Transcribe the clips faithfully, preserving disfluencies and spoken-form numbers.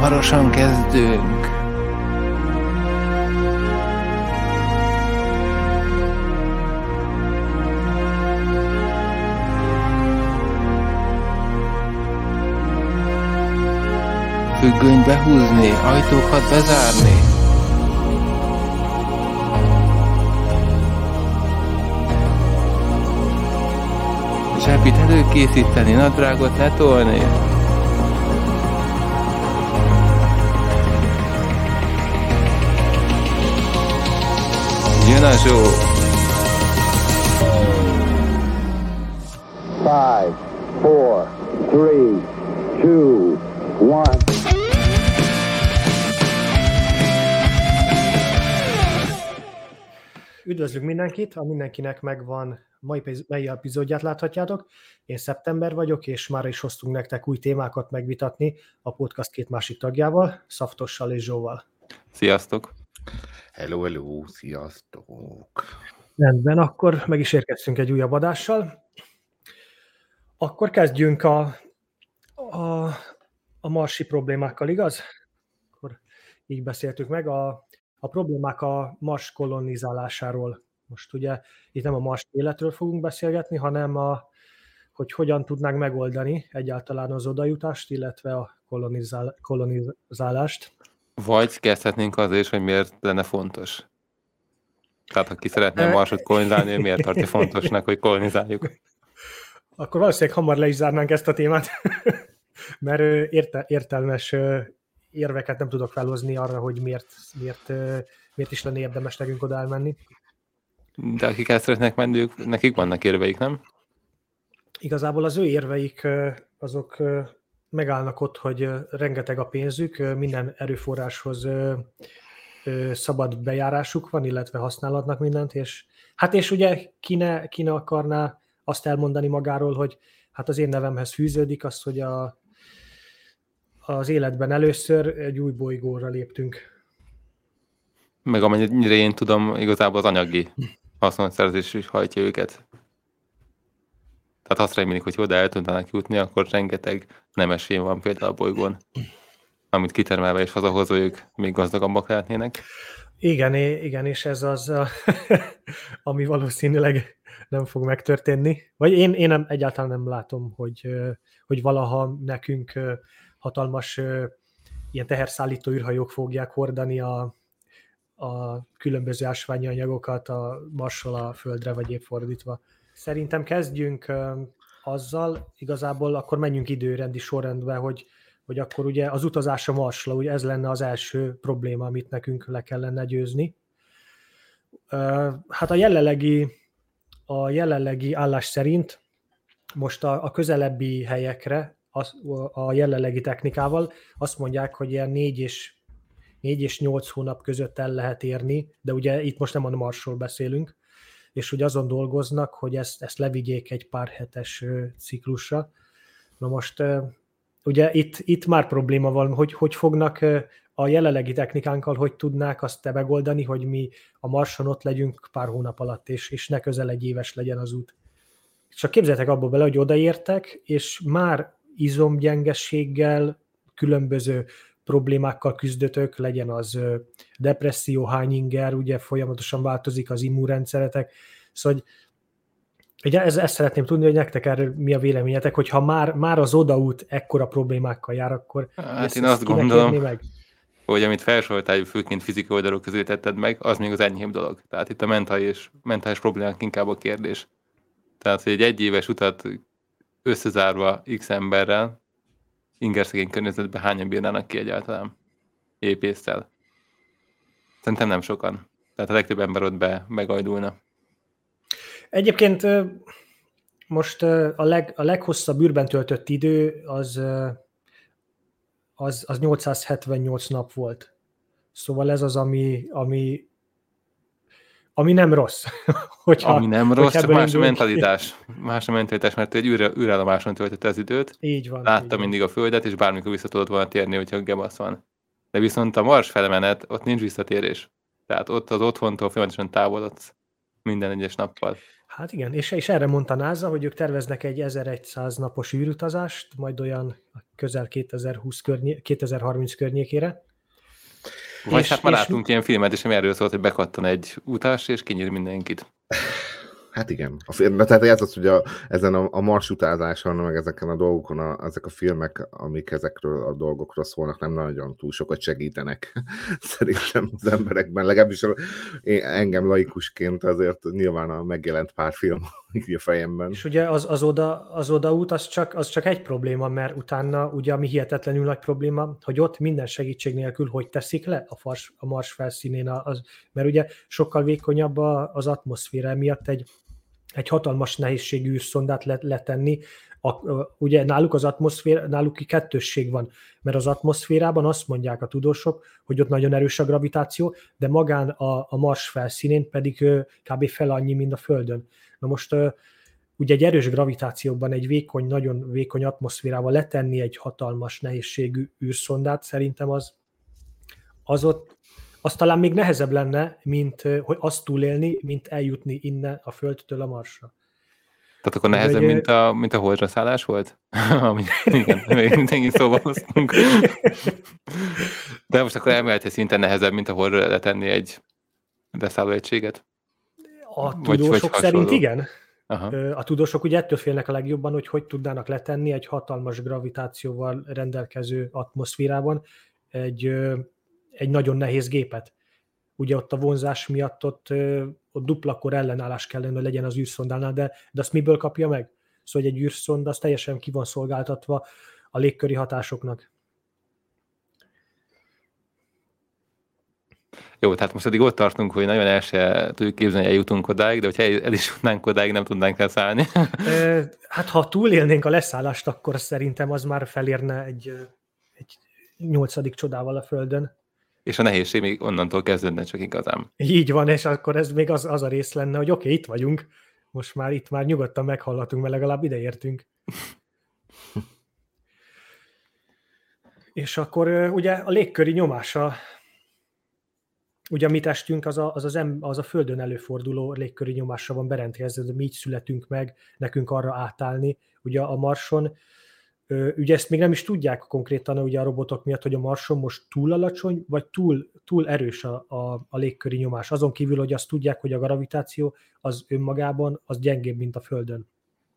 Hamarosan kezdünk. Függönyt behúzni, ajtókat bezárni. Zsebit előkészíteni, nadrágot letolni. Jön a zsó. Five, four, three, two, one. Üdvözlünk mindenkit, a mindenkinek megvan mai, mai epizódját láthatjátok. Én Szeptember vagyok, és már is hoztunk nektek új témákat megvitatni a podcast két másik tagjával, Szaftossal és Zsóval. Sziasztok! Hello, hello, sziasztok! Rendben, akkor meg is érkeztünk egy újabb adással. Akkor kezdjünk a, a, a marsi problémákkal, igaz? Akkor így beszéltük meg. A, a problémák a Mars kolonizálásáról. Most ugye itt nem a Mars életről fogunk beszélgetni, hanem a, hogy hogyan tudnánk megoldani egyáltalán az odajutást, illetve a kolonizál, kolonizálást. Vagy kezdhetnénk azért is, hogy miért lenne fontos. Tehát, ha ki szeretne Marsot kolonizálni, miért tartja fontosnak, hogy kolonizáljuk? Akkor valószínűleg hamar le is zárnánk ezt a témát, mert érte, értelmes érveket nem tudok felhozni arra, hogy miért, miért, miért is lenne érdemes nekünk oda elmenni. De akik el szeretnek menni, ők, nekik vannak érveik, nem? Igazából az ő érveik azok megállnak ott, hogy rengeteg a pénzük, minden erőforráshoz szabad bejárásuk van, illetve használhatnak mindent, és hát és ugye ki ne, ki ne akarná azt elmondani magáról, hogy hát az én nevemhez fűződik az, hogy a, az életben először egy új bolygóra léptünk. Meg amennyire én tudom, igazából az anyagi haszonszerzés is hajtja őket. Tehát azt remélik, hogy oda el tudnának jutni, akkor rengeteg nemes fém van például a bolygón, amit kitermelve és hazahozva ők még gazdagabbak lehetnének. Igen, igen, és ez az, ami valószínűleg nem fog megtörténni. Vagy én, én nem, egyáltalán nem látom, hogy, hogy valaha nekünk hatalmas ilyen teherszállító űrhajók fogják hordani a, a különböző ásványi anyagokat a Marsról a Földre, vagy épp fordítva. Szerintem kezdjünk azzal, igazából akkor menjünk időrendi sorrendbe, hogy, hogy akkor ugye az utazás a Marsra, ugye ez lenne az első probléma, amit nekünk le kellene győzni. Hát a jelenlegi, a jelenlegi állás szerint most a, a közelebbi helyekre az, a jelenlegi technikával azt mondják, hogy ilyen négy és, négy és nyolc hónap között el lehet érni, de ugye itt most nem a Marsról beszélünk, és ugye azon dolgoznak, hogy ezt, ezt levigyék egy pár hetes ciklusra. Na most ugye itt, itt már probléma van, hogy hogy fognak a jelenlegi technikánkkal, hogy tudnák azt te megoldani, hogy mi a Marson ott legyünk pár hónap alatt, és, és ne közel egy éves legyen az út. Csak képzeljetek abba bele, hogy odaértek, és már izomgyengességgel, különböző problémákkal küzdötök, legyen az depresszió, hányinger, ugye folyamatosan változik az immunrendszeretek. Szóval ugye ezt, ezt szeretném tudni, hogy nektek erről mi a véleményetek, hogyha már, már az odaút ekkora problémákkal jár, akkor hát ezt, én azt ezt gondolom, meg? hogy amit felsoroltál, főként fizikai oldalok közé tetted meg, az még az enyhébb dolog. Tehát itt a mentális, mentális problémák inkább a kérdés. Tehát, hogy egy egyéves utat összezárva X emberrel, ingerszegény környezetben hányan bírnának ki egyáltalán épésztel? Szerintem nem sokan. Tehát a legtöbb ember ott be, begajdulna. Egyébként most a, leg, a leghosszabb űrben töltött idő az, az, az nyolcszázhetvennyolc nap volt. Szóval ez az, ami, ami, ami nem rossz. hogyha, ami nem rossz, csak más a indul... mentalitás. Más a mentalitás, mert egy űr, űrállomáson töltött az időt. Így van. Látta így van. mindig a Földet, és bármikor vissza tudott volna térni, hogyha gebasz van. De viszont a Mars felemenet, ott nincs visszatérés. Tehát ott az otthontól folyamatosan távolodsz minden egyes nappal. Hát igen, és, és erre mondta NASA, hogy ők terveznek egy ezerszáz napos űrutazást, majd olyan közel kétezer-húsz környé- kétezer-harminc környékére. Vagy És- hát már és- látunk ilyen filmet is, ami erről szólt, hogy bekattan egy utas, és kinyír mindenkit. Hát igen. A film, tehát ez az, hogy a, ezen a, a Mars utázáson, meg ezeken a dolgokon, a, ezek a filmek, amik ezekről a dolgokról szólnak, nem nagyon túl sokat segítenek szerintem az emberekben. Legalábbis a, én, engem laikusként azért nyilván a megjelent pár film így a fejemben. És ugye az, az, oda, az odaút, az csak, az csak egy probléma, mert utána ugye ami hihetetlenül nagy probléma, hogy ott minden segítség nélkül hogy teszik le a, fars, a Mars felszínén, az, mert ugye sokkal vékonyabb a, az atmoszféra, miatt egy, egy hatalmas nehézségű űrszondát let, letenni. A, a, ugye náluk az atmoszféra, náluk kettősség van, mert az atmoszférában azt mondják a tudósok, hogy ott nagyon erős a gravitáció, de magán a, a Mars felszínén pedig ö, kb. Fel annyi, mint a Földön. Na most ö, ugye egy erős gravitációban, egy vékony, nagyon vékony atmoszférával letenni egy hatalmas nehézségű űrszondát, szerintem az, az ott, az talán még nehezebb lenne, mint hogy azt túlélni, mint eljutni innen a Földtől a Marsra. Tehát akkor nehezebb, Vagy, mint a, mint a holdra szállás volt? Ami, igen, még mindenki szóba hoztunk. De most akkor elméleti szinten nehezebb, mint a holdra letenni egy leszálló egységet? A Vagy- tudósok vagy szerint hasonló. igen. Aha. A tudósok ugye ettől félnek a legjobban, hogy hogy tudnának letenni egy hatalmas gravitációval rendelkező atmoszférában egy, ö, egy nagyon nehéz gépet. Ugye ott a vonzás miatt ott, ö, ott duplakor ellenállás kellene, hogy legyen az űrszondánál, de, de azt miből kapja meg? Szóval egy űrszonda az teljesen ki van szolgáltatva a légköri hatásoknak. Jó, tehát most addig ott tartunk, hogy nagyon el se tudjuk képzelni, hogy eljutunk odáig, de hogyha el el is jutnánk odáig, nem tudnánk leszállni. Ö, Hát ha túlélnénk a leszállást, akkor szerintem az már felérne egy, ö, egy nyolcadik csodával a Földön. És a nehézség még onnantól kezdődne csak igazán. Így van, és akkor ez még az, az a rész lenne, hogy oké, okay, itt vagyunk, most már itt már nyugodtan meghallhatunk, mert legalább ide értünk. És akkor ö, ugye a légköri nyomása, ugye a mi testünk az a, az, az, em, az a Földön előforduló légköri nyomásra van berendezve, de mi így születünk meg, nekünk arra átállni. Ugye a Marson, ö, ugye ezt még nem is tudják konkrétan ugye a robotok miatt, hogy a Marson most túl alacsony, vagy túl, túl erős a, a, a légköri nyomás. Azon kívül, hogy azt tudják, hogy a gravitáció az önmagában az gyengébb, mint a Földön.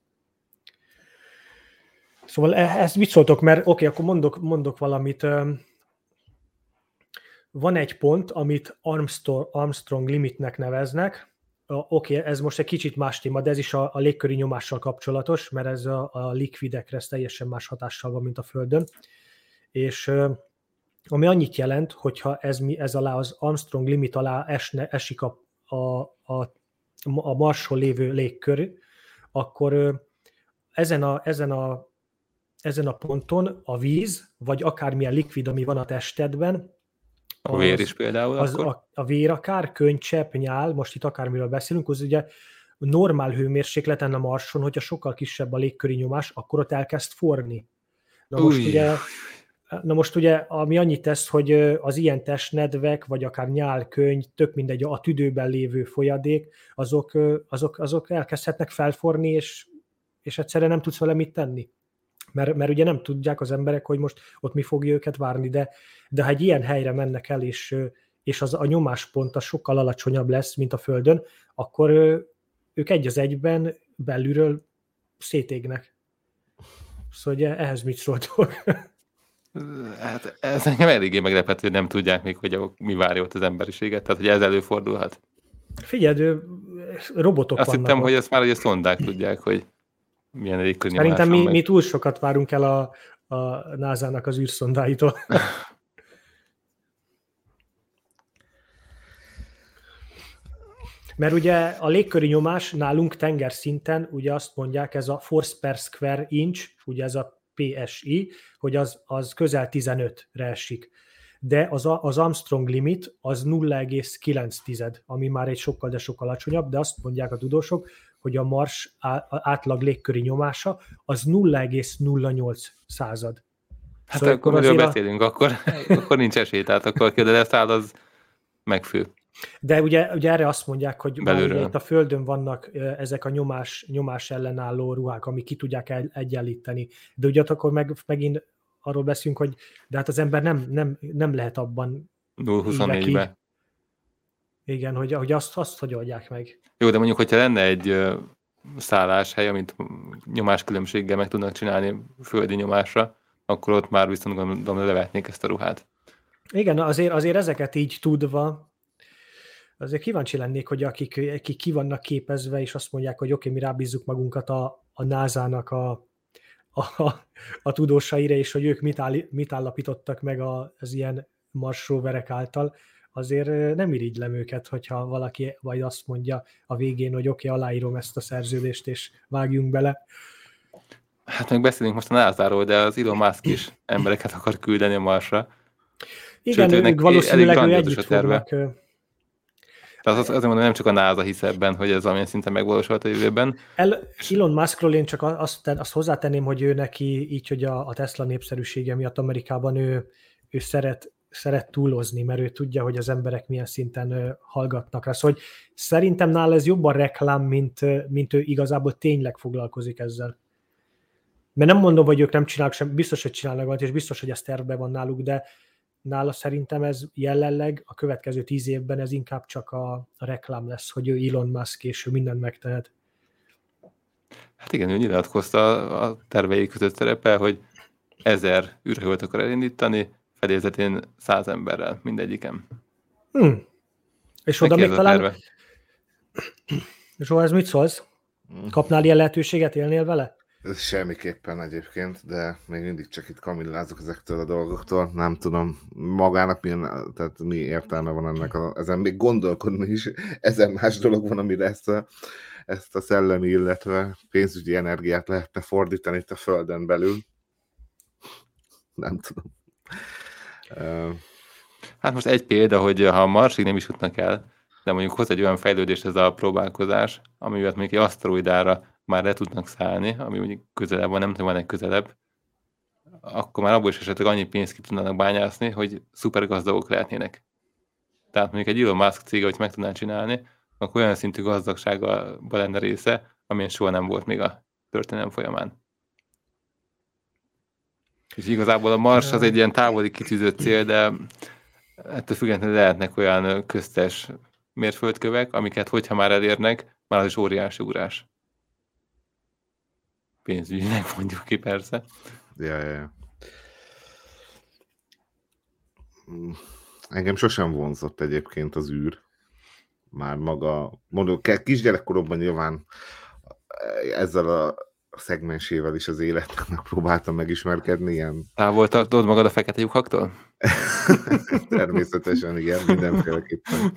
Szóval e- ezt mit szóltok, mert oké, okay, akkor mondok, mondok valamit. Van egy pont, amit Armstrong, Armstrong limitnek neveznek. Oké, okay, ez most egy kicsit más téma, de ez is a, a légköri nyomással kapcsolatos, mert ez a, a likvidekre ez teljesen más hatással van, mint a Földön. És ami annyit jelent, hogyha ez, ez alá az Armstrong limit alá esne, esik a, a, a, a Marson lévő légkör, akkor ezen a, ezen a, ezen a ponton a víz, vagy akármilyen likvid, ami van a testedben, A vér is például az, akkor? a, a vér akár, könycsepp, nyál, most itt akármiről beszélünk, az ugye normál hőmérsékleten a Marson, hogyha sokkal kisebb a légköri nyomás, akkor ott elkezd forni. Na most, ugye, na most ugye, ami annyit tesz, hogy az ilyen testnedvek, vagy akár nyál, könyv, tök mindegy, a tüdőben lévő folyadék, azok, azok, azok elkezdhetnek felforni, és, és egyszerűen nem tudsz vele mit tenni. Mert, mert ugye nem tudják az emberek, hogy most ott mi fogja őket várni, de, de ha egy ilyen helyre mennek el, és, és az, a nyomáspont az sokkal alacsonyabb lesz, mint a Földön, akkor ők egy az egyben belülről szétégnek. Szóval ugye ehhez mit szóltok? Hát ez engem eléggé meglepett, hogy nem tudják még, hogy a, mi várja ott az emberiséget, tehát hogy ez előfordulhat. Figyeld, robotok Azt vannak. hittem, ott. hogy ezt már hogy a szondák tudják, hogy milyen légköri nyomás Szerintem van mi, meg. mi túl sokat várunk el a, a nászának az űrszondáitól. Mert ugye a légköri nyomás nálunk tengerszinten, ugye azt mondják, ez a force per square inch, ugye ez a pé es i, hogy az, az közel tizenötre esik. De az, az Armstrong limit az nulla egész kilenc, ami már egy sokkal, de sokkal alacsonyabb, de azt mondják a tudósok, hogy a Mars átlag légköri nyomása az nulla egész nulla nyolc század. Hát szóval akkor miről beszélünk, a... akkor, akkor nincs esély, tehát akkor aki leszáll, az megfő. De ugye, ugye erre azt mondják, hogy már ugye Belülről. itt a Földön vannak ö, ezek a nyomás, nyomás ellenálló ruhák, amik ki tudják el, egyenlíteni. De ugye akkor meg, megint arról beszélünk, hogy de hát az ember nem, nem, nem lehet abban nulla éle ki. huszonnégybe. Igen, hogy, hogy azt, azt hogy oldják meg. Jó, de mondjuk, hogyha lenne egy ö, szálláshely, amit nyomáskülönbséggel meg tudnak csinálni földi nyomásra, akkor ott már viszont gondolom levetnék ezt a ruhát. Igen, azért, azért ezeket így tudva, azért kíváncsi lennék, hogy akik, akik ki vannak képezve, és azt mondják, hogy oké, okay, mi rábízzuk magunkat a, a nászának a, a, a, a tudósaira, és hogy ők mit, áll, mit állapítottak meg az ilyen Mars roverek által, azért nem irigylem őket, hogyha valaki vagy azt mondja a végén, hogy oké, okay, aláírom ezt a szerződést, és vágjunk bele. Hát meg beszélünk most a nászáról, de az Elon Musk is embereket akar küldeni a Marsra. Igen, Sőt, ők valószínűleg ő együtt terve. fognak. Tehát az, azért mondom, nem csak a NASA hisz ebben, hogy ez valamilyen szinten megvalósulhat a jövőben. El, Elon Muskról én csak azt, azt hozzátenném, hogy ő neki, így, hogy a, a Tesla népszerűsége miatt Amerikában ő, ő szeret, szeret túlozni, mert ő tudja, hogy az emberek milyen szinten ö, hallgatnak rá. Szóval hogy szerintem nála ez jobban reklám, mint, mint ő igazából tényleg foglalkozik ezzel. Mert nem mondom, hogy ők nem csinálnak sem, biztos, hogy csinálnak valamit, és biztos, hogy ez tervben van náluk, de nála szerintem ez jelenleg a következő tíz évben ez inkább csak a, a reklám lesz, hogy ő Elon Musk, és ő mindent megtehet. Hát igen, ő nyilatkozta a tervei között szerepel, hogy ezer űrhajót akar elindítani, fedélzetén száz emberrel mindegyiken. Hmm. És oda Neki még ez a talán... terve. Zsó, ez mit szólsz? Kapnál ilyen lehetőséget, élnél vele? Ez semmiképpen egyébként, de még mindig csak itt kamillázok ezektől a dolgoktól. Nem tudom magának milyen, tehát mi értelme van ennek, a, ezen még gondolkodni is. Ezen más dolog van, amire ezt a, ezt a szellemi, illetve pénzügyi energiát lehetne fordítani itt a Földön belül. Nem tudom. Hát most egy példa, hogy ha a Marsig nem is jutnak el, de mondjuk hoz egy olyan fejlődést ez a próbálkozás, amivel mondjuk egy aszteroidára már le tudnak szállni, ami mondjuk közelebb van, nem tudom, van egy közelebb, akkor már abból is esetleg annyi pénzt ki tudnának bányászni, hogy szuper gazdagok lehetnének. Tehát mondjuk egy Elon Musk cége, hogy meg tudná csinálni, akkor olyan szintű gazdagsággal lenne része, amilyen soha nem volt még a történelem folyamán. És igazából a Mars az egy ilyen távoli kitűzött cél, de ettől függetlenül lehetnek olyan köztes mérföldkövek, amiket hogyha már elérnek, már az is óriási ugrás. Pénzügyileg mondjuk ki persze. Ja, ja, ja. Engem sosem vonzott egyébként az űr. Már maga, mondom, kisgyerekkoromban nyilván ezzel a szegmensével is az életnek próbáltam megismerkedni. Ilyen... Távol tartod magad a fekete lyukaktól? Természetesen, igen, mindenféleképpen.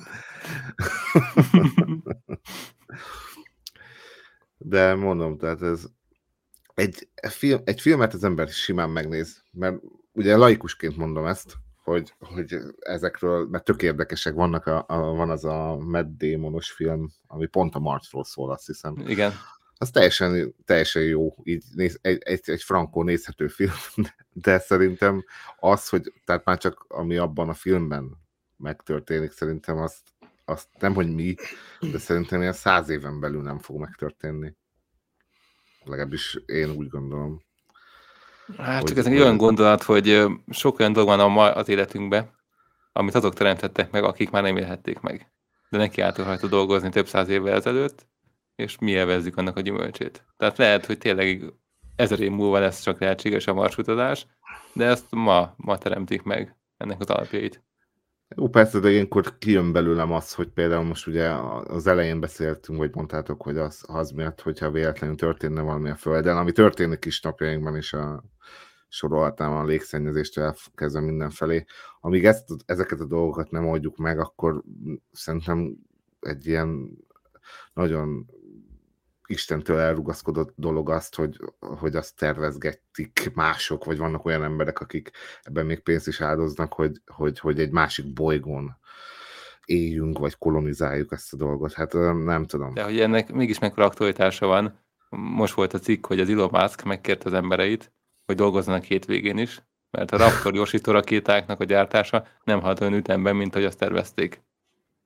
De mondom, tehát ez egy, film, egy filmet az ember simán megnéz, mert ugye laikusként mondom ezt, hogy, hogy ezekről, mert tök érdekesek vannak, a, a, van az a Matt Damonos film, ami pont a Marsról szól, azt hiszem. Igen. Az teljesen, teljesen jó, így néz, egy, egy, egy frankó nézhető film, de szerintem az, hogy tehát már csak ami abban a filmben megtörténik, szerintem azt, azt nem, hogy mi, de szerintem ilyen száz éven belül nem fog megtörténni. Legalábbis én úgy gondolom. Hát csak ez egy olyan gondolat, hogy sok olyan dolog van az életünkben, amit azok teremtettek meg, akik már nem élhették meg. De neki álltak rajta dolgozni több száz évvel ezelőtt, és mi élvezzük annak a gyümölcsét. Tehát lehet, hogy tényleg ezer év múlva lesz csak lehetséges a marsutazás, de ezt ma, ma teremtik meg ennek az alapjait. Jó, persze, de ilyenkor kijön belőlem az, hogy például most ugye az elején beszéltünk, vagy mondtátok, hogy az, az miatt, hogyha véletlenül történne valami a Földön, ami történik is napjainkban is, a sorolhatnám a légszennyezéstől elkezdve mindenfelé. Amíg ezt, ezeket a dolgokat nem oldjuk meg, akkor szerintem egy ilyen nagyon Istentől elrugaszkodott dolog azt, hogy, hogy azt tervezgetik mások, vagy vannak olyan emberek, akik ebben még pénzt is áldoznak, hogy, hogy, hogy egy másik bolygón éljünk, vagy kolonizáljuk ezt a dolgot. Hát nem tudom. De hogy ennek mégis mekkora aktualitása van. Most volt a cikk, hogy az Elon Musk megkérte az embereit, hogy dolgozzanak hétvégén is, mert a Raptor gyorsító rakétáknak a gyártása nem halt olyan ütemben, mint ahogy azt tervezték.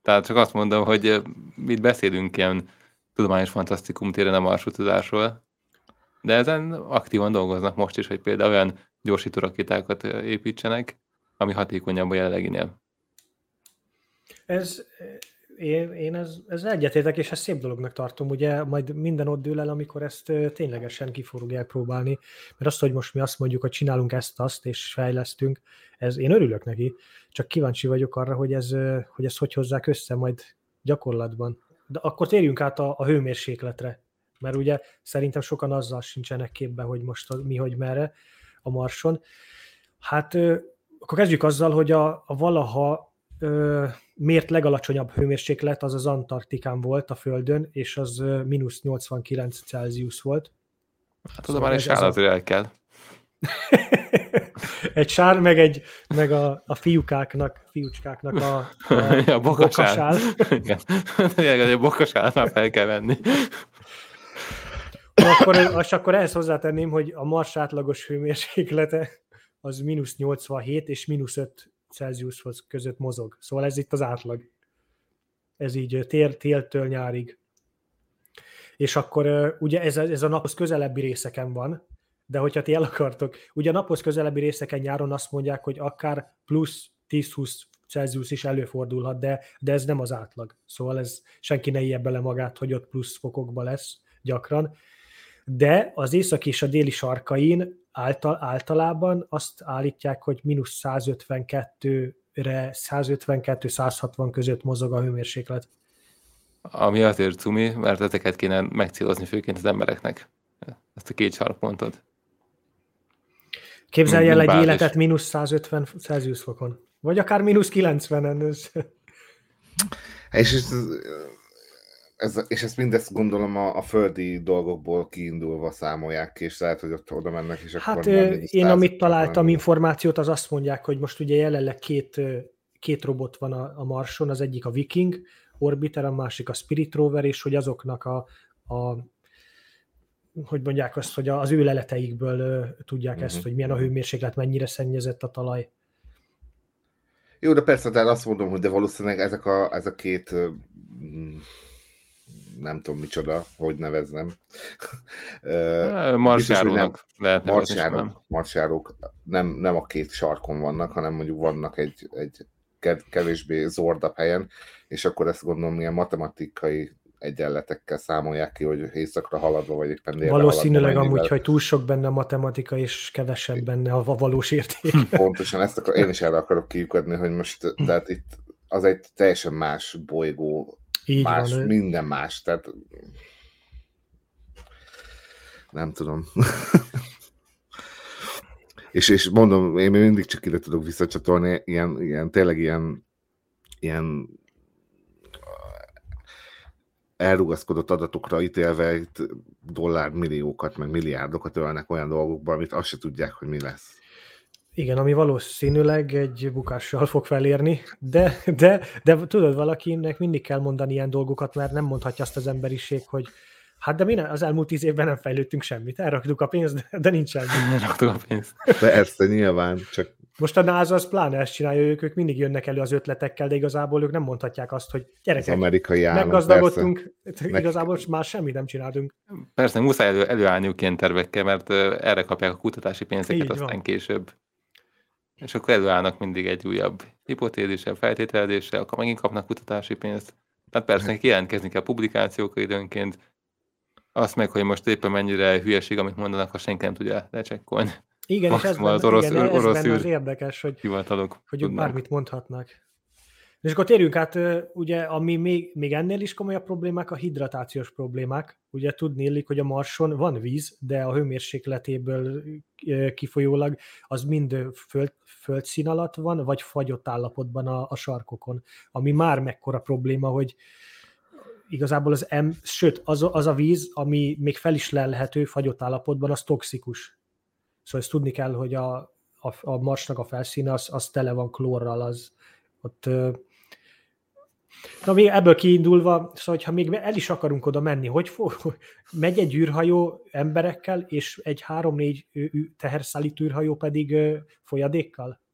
Tehát csak azt mondom, hogy mit beszélünk ilyen tudományos fantasztikum téren a marsutazásról, de ezen aktívan dolgoznak most is, hogy például olyan gyorsító rakétákat építsenek, ami hatékonyabb a jelenleginél. Ez, én, én ez, ez egyetértek, és ezt szép dolognak tartom, ugye majd minden ott dől el, amikor ezt ténylegesen ki fogják próbálni, mert azt, hogy most mi azt mondjuk, hogy csinálunk ezt-azt, és fejlesztünk, ez, én örülök neki, csak kíváncsi vagyok arra, hogy ez hogy, ezt hogy hozzák össze majd gyakorlatban. De akkor térjünk át a, a hőmérsékletre, mert ugye szerintem sokan azzal sincsenek képben, hogy most mi, hogy merre a Marson. Hát akkor kezdjük azzal, hogy a, a valaha ö, mért legalacsonyabb hőmérséklet az az Antarktikán volt a Földön, és az mínusz nyolcvankilenc Celsius volt. Hát oda már egy sár azért el kell. Egy sár, meg, egy, meg a, a fiúkáknak, fiúcskáknak a, a, a bokasál. bokasál. Igen, a bokasál már fel kell venni. Akkor, azt akkor ehhez hozzátenném, hogy a Mars átlagos hőmérséklete az mínusz nyolcvanhét és mínusz öt Celsius között mozog. Szóval ez itt az átlag. Ez így tél, téltől nyárig. És akkor ugye ez, ez a naphoz közelebbi részeken van, de hogyha ti el akartok, ugye a naphoz közelebbi részeken nyáron azt mondják, hogy akár plusz tíz-húsz Celsius is előfordulhat, de, de ez nem az átlag. Szóval ez senki ne ijje bele magát, hogy ott plusz fokokba lesz gyakran. De az északi és a déli sarkain által, általában azt állítják, hogy mínusz százötvenkettőre, százötvenkettő-száz hatvan között mozog a hőmérséklet. Ami azért cumi, mert ezeket kéne megcélozni főként az embereknek. Ezt a két sarkpontot. Képzelj el egy életet mínusz százötven Celsius fokon. Vagy akár mínusz kilencvenen. Ez... És, ez, ez, és ezt mindezt gondolom a, a földi dolgokból kiindulva számolják ki, és lehet, hogy ott oda mennek, és hát akkor... Hát én amit találtam nem. információt, az azt mondják, hogy most ugye jelenleg két, két robot van a, a Marson, az egyik a Viking Orbiter, a másik a Spirit Rover, és hogy azoknak a, a hogy mondják azt, hogy az ő leleteikből uh, tudják uh-huh. ezt, hogy milyen a hőmérséklet, mennyire szennyezett a talaj. Jó, de persze, de azt mondom, hogy de valószínűleg ezek a, ez a két uh, nem tudom micsoda, hogy nevezzem. uh, Marsjárónak lehet Marsjárók, marsjárók nem, nem a két sarkon vannak, hanem mondjuk vannak egy, egy kevésbé zordabb helyen, és akkor ezt gondolom, ilyen matematikai egyenletekkel számolják ki, hogy északra haladva, vagy éppen délre valószínűleg haladva. Amúgy, hogy túl sok benne a matematika, és kevesebb benne a valós érték. Pontosan, ezt akar, én is erre akarok kiukadni, hogy most, tehát itt az egy teljesen más bolygó, így más, van, minden más, tehát nem tudom. és, és mondom, én mindig csak ide tudok visszacsatolni, ilyen, ilyen tényleg ilyen, ilyen elrugaszkodott adatokra ítélve itt dollármilliókat, meg milliárdokat ölnek olyan dolgokba, amit azt se tudják, hogy mi lesz. Igen, ami valószínűleg egy bukással fog felérni, de, de, de tudod, valakinek mindig kell mondani ilyen dolgokat, mert nem mondhatja azt az emberiség, hogy hát de mi ne, az elmúlt tíz évben nem fejlődtünk semmit, elraktuk a pénzt, de nincs semmi. Elraktuk a pénzt. Persze, nyilván, csak... Most a NASA az pláne ezt csinálja, ők, ők mindig jönnek elő az ötletekkel, de igazából ők nem mondhatják azt, hogy gyerekek, az amerikai állam, meggazdagodtunk, persze. Igazából már semmit nem csináltunk. Persze, muszáj elő, előállniuk ilyen tervekkel, mert erre kapják a kutatási pénzeket így aztán van. Később. És akkor előállnak mindig egy újabb hipotézissel, feltételezéssel, akkor megint kapnak kutatási pénzt. Tehát persze, nekik jelentkezni kell publikációkra időnként. Azt meg, hogy most éppen mennyire hülyeség, amit mondanak, ha senki nem tudja lecsekkolni. Igen, és ez benne az, orosz, igen, orosz ez benne az érdekes, hogy, hogy ők bármit mondhatnak. És akkor térjünk át, ugye, ami még, még ennél is komolyabb problémák, a hidratációs problémák. Ugye tudni illik, hogy a Marson van víz, de a hőmérsékletéből kifolyólag az mind föld, földszín alatt van, vagy fagyott állapotban a, a sarkokon. Ami már mekkora probléma, hogy igazából az M, sőt, az, az a víz, ami még fel is lelhető fagyott állapotban, az toxikus. Szóval ezt tudni kell, hogy a, a, a Marsnak a felszíne az, az tele van klórral, az ott... Na még ebből kiindulva, szóval ha még el is akarunk oda menni, hogy fog, megy egy űrhajó emberekkel, és egy három-négy teherszállító űrhajó pedig folyadékkal?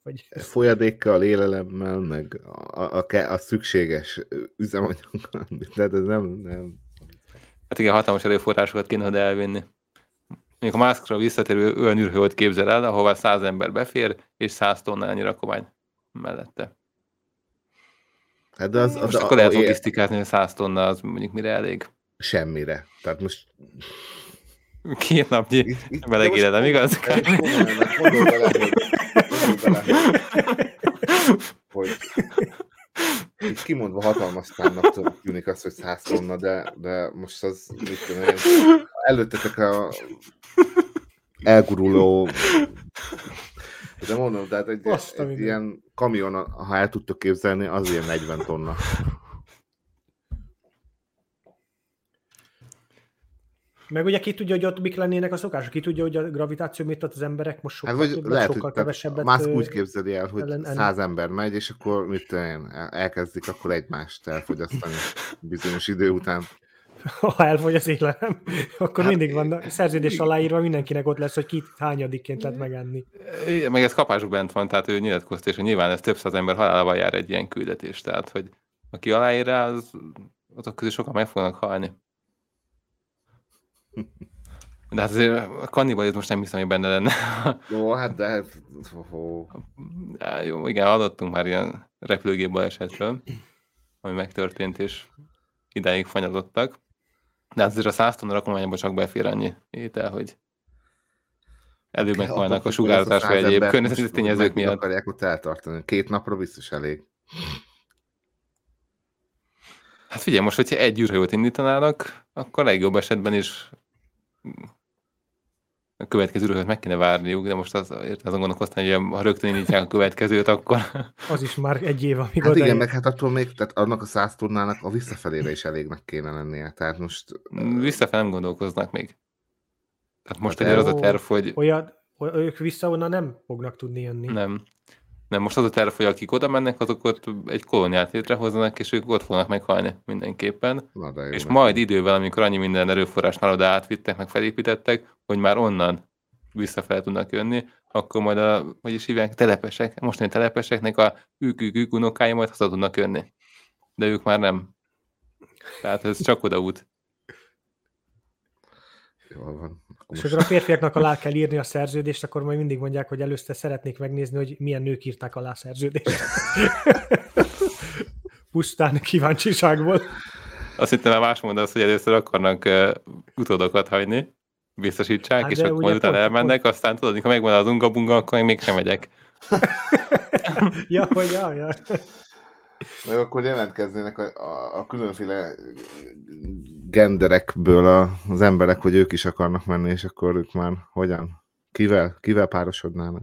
Vagy... Folyadékkal, élelemmel, meg a, a, a, a szükséges üzemanyaggal, de ez nem, nem... Hát igen, hatalmas erőforrásokat kéne oda elvinni. Még a Muskra visszatérő olyan űrhajót képzel el, ahova száz ember befér, és száz tonnányi rakomány mellette. Hát de az, most az, akkor a, lehet a, logisztikázni, hogy száz tonna az mondjuk mire elég. Semmire. Tehát most... Két napnyi melegére, nem igaz? Mondod bele, hogy... hogy így kimondva hatalmaztánnak tűnik az, hogy száz tonna, de, de most az, mit tudom én, előttetek a elguruló, de mondom, tehát egy, Azt, egy ilyen kamion, ha el tudtok képzelni, az ilyen negyven tonna. Meg ugye ki tudja, hogy ott mik lennének a szokások, ki tudja, hogy a gravitáció miatt az emberek most sokkal hát, többet, lehet, sokkal hogy, kevesebbet... Musk úgy képzeli el, hogy ellen, száz ember megy, és akkor mit tudom én, elkezdik akkor egymást elfogyasztani bizonyos idő után. Ha elfogy az élelem, akkor hát, mindig van szerződés aláírva, mindenkinek ott lesz, hogy ki hányadikként lehet megenni. Meg ez kapásuk bent van, tehát ő nyilatkozta, és hogy nyilván ez több száz ember halálával jár egy ilyen küldetés, tehát hogy aki aláír rá, az, azok közül sokan meg fognak halni. De hát azért a kannibalizmus nem hiszem, hogy benne lenne. Jó, hát de... Oh. Ja, jó, igen, hallottunk már ilyen repülőgép balesetről, ami megtörtént, és idáig fanyazottak. De azért a száz tonna rakományban csak befér annyi étel, hogy előbb meghalnak a sugárzás, vagy egyéb környezeti tényezők miatt. Akarják ott eltartani. Két napra biztos elég. Hát figyelj, most, hogyha egy űrhajót indítanának, akkor legjobb esetben is a következő űrhajót meg kéne várniuk, de most az, azon gondolkoztam, hogy ha rögtön indítják a következőt, akkor... Az is már egy év, amíg hát igen, jön. meg hát attól még, tehát annak a száz tonnának a visszafelére is elégnek kéne lennie. Tehát most... Visszafelé nem gondolkoznak még. Tehát most hát egy az a terv, hogy... Olyan, ők vissza onnan nem fognak tudni jönni. Nem. Nem, most az a terv, hogy akik oda mennek, azok ott egy kolóniát létrehoznak, és ők ott fognak meghalni mindenképpen. Na, és majd idővel, amikor annyi minden erőforrás már oda átvittek, meg felépítettek, hogy már onnan visszafel tudnak jönni, akkor majd a, hogy is hívják, telepesek, mostani telepeseknek a ők-ők unokái majd haza tudnak jönni. De ők már nem. Tehát ez csak odaút. Jól van. És akkor a férfiaknak alá kell írni a szerződést, akkor majd mindig mondják, hogy először szeretnék megnézni, hogy milyen nők írták alá a szerződést. Pusztán kíváncsiságból. Azt hittem, már más mondasz, hogy először akarnak uh, utódokat hagyni, biztosítsák, hát és akkor majd utána elmennek, pont... aztán tudod, ha megvan az unga-bunga, akkor még mégsem megyek. ja, hogy ja, ja. Meg akkor jelentkeznének a, a, a különféle genderekből a, az emberek, hogy ők is akarnak menni, és akkor ők már hogyan? Kivel? Kivel párosodnának?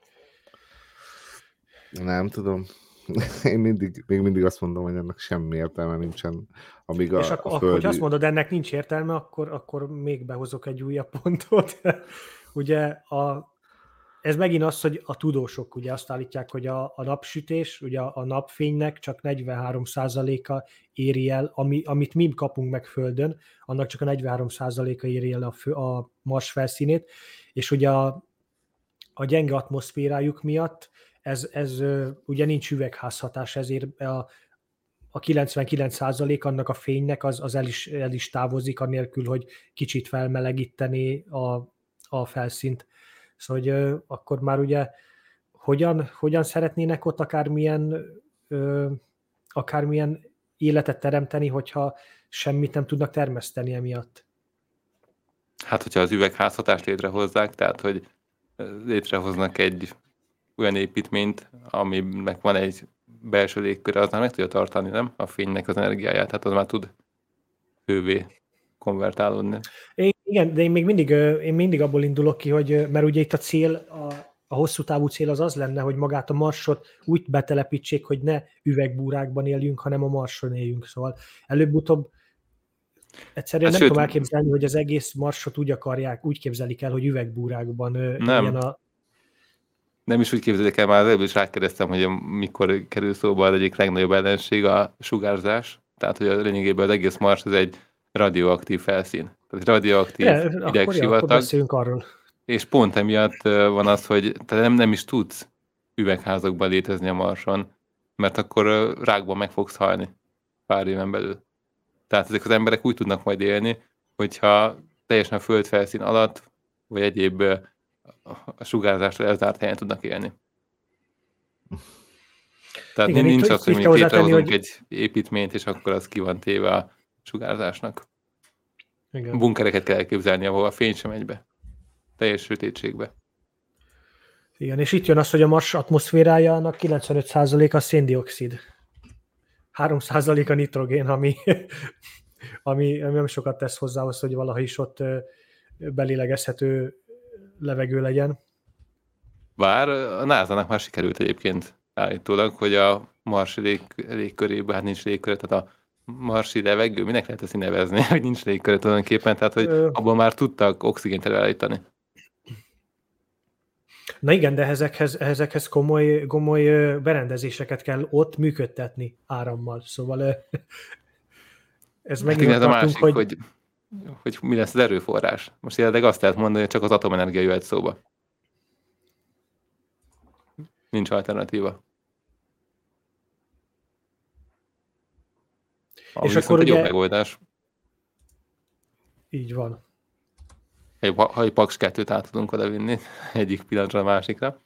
Nem tudom. Én mindig, még mindig azt mondom, hogy ennek semmi értelme nincsen. Amíg a, és akkor, a földi... hogyha azt mondod, ennek nincs értelme, akkor, akkor még behozok egy újabb pontot. Ugye a ez megint az, hogy a tudósok ugye azt állítják, hogy a, a napsütés, ugye a, a napfénynek csak negyvenhárom százaléka éri el, ami, amit mi kapunk meg Földön, annak csak a negyvenhárom százaléka éri el a, fő, a Mars felszínét, és ugye a, a gyenge atmoszférájuk miatt ez, ez ugye nincs üvegházhatás, ezért a, a kilencvenkilenc százalék annak a fénynek az, az el, is, el is távozik, anélkül, hogy kicsit felmelegíteni a, a felszínt. Szóval, hogy ö, akkor már ugye hogyan, hogyan szeretnének ott akármilyen, ö, akármilyen életet teremteni, hogyha semmit nem tudnak termeszteni emiatt? Hát, hogyha az üvegházhatást létrehozzák, tehát, hogy létrehoznak egy olyan építményt, aminek van egy belső légköre, az már meg tudja tartani, nem? A fénynek az energiáját, tehát az már tud hővé konvertálódni. Én, igen, de én még mindig, én mindig abból indulok ki, hogy mert ugye itt a cél, a, a hosszú távú cél az az lenne, hogy magát a Marsot úgy betelepítsék, hogy ne üvegbúrákban éljünk, hanem a Marson éljünk. Szóval előbb-utóbb egyszerűen hát nem sőt, tudom elképzelni, hogy az egész Marsot úgy akarják, úgy képzelik el, hogy üvegbúrákban nem. Ilyen a... Nem is úgy képzelik el, már előbb is rákérdeztem, hogy mikor kerül szóba az egyik legnagyobb ellenség a sugárzás. Tehát, hogy a lényegében az egész Mars az egy radioaktív felszín. Tehát radioaktív ja, idegsivatag. Arról. És pont emiatt van az, hogy te nem, nem is tudsz üvegházakban létezni a Marson, mert akkor rákban meg fogsz halni pár éven belül. Tehát ezek az emberek úgy tudnak majd élni, hogyha teljesen a földfelszín alatt, vagy egyéb a sugárzásra elzárt helyen tudnak élni. Tehát igen, nincs az, hogy mondjuk létrehozunk hogy... egy építményt, és akkor az ki van téve a sugárzásnak. Igen. Bunkereket kell elképzelni, ahol a fény sem megy be. Teljes sötétségbe. Igen, és itt jön az, hogy a Mars atmoszférájának kilencvenöt százaléka széndioxid. három százalék a nitrogén, ami, ami, ami nem sokat tesz hozzá, hogy valaha is ott belélegezhető levegő legyen. Bár a nászának már sikerült egyébként állítólag, hogy a Mars lég, légkörében, hát nincs légköre, tehát a marsi levegő, minek lehet ezt nevezni, hogy nincs légköre tulajdonképpen, tehát hogy abban már tudtak oxigént előállítani. Na igen, de ezekhez, ezekhez komoly, komoly berendezéseket kell ott működtetni árammal, szóval ez hát igen, ez a másik, hogy... hogy, hogy mi lesz az erőforrás. Most jelenleg azt lehet mondani, hogy csak az atomenergia jöhet szóba. Nincs alternatíva. Ami és akkor egy ugye... jobb megoldás. Így van. Ha egy Paks kettőt át tudunk oda vinni egyik pillanatra a másikra.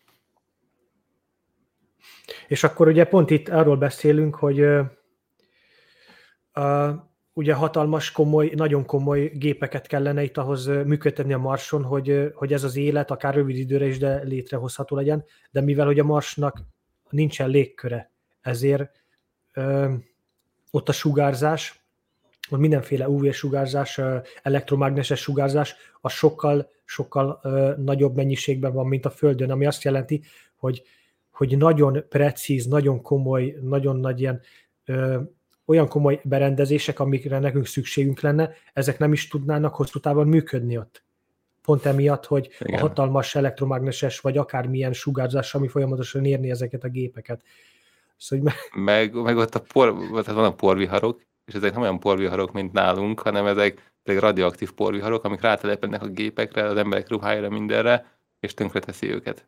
És akkor ugye pont itt arról beszélünk, hogy uh, uh, ugye hatalmas, komoly, nagyon komoly gépeket kellene itt ahhoz működtetni a Marson, hogy, hogy ez az élet akár rövid időre is de létrehozható legyen, de mivel hogy a Marsnak nincsen légköre, ezért uh, ott a sugárzás, ott mindenféle ú vé-sugárzás, elektromágneses sugárzás, az sokkal, sokkal uh, nagyobb mennyiségben van, mint a Földön, ami azt jelenti, hogy, hogy nagyon precíz, nagyon komoly, nagyon nagy ilyen uh, olyan komoly berendezések, amikre nekünk szükségünk lenne, ezek nem is tudnának hosszú távon működni ott. Pont emiatt, hogy igen, a hatalmas elektromágneses, vagy akármilyen sugárzás, ami folyamatosan érni ezeket a gépeket. Szóval, hogy meg, meg ott a por, tehát vannak porviharok, és ezek nem olyan porviharok, mint nálunk, hanem ezek radioaktív porviharok, amik rátelepednek a gépekre, az emberek ruhájára, mindenre, és tönkreteszi őket.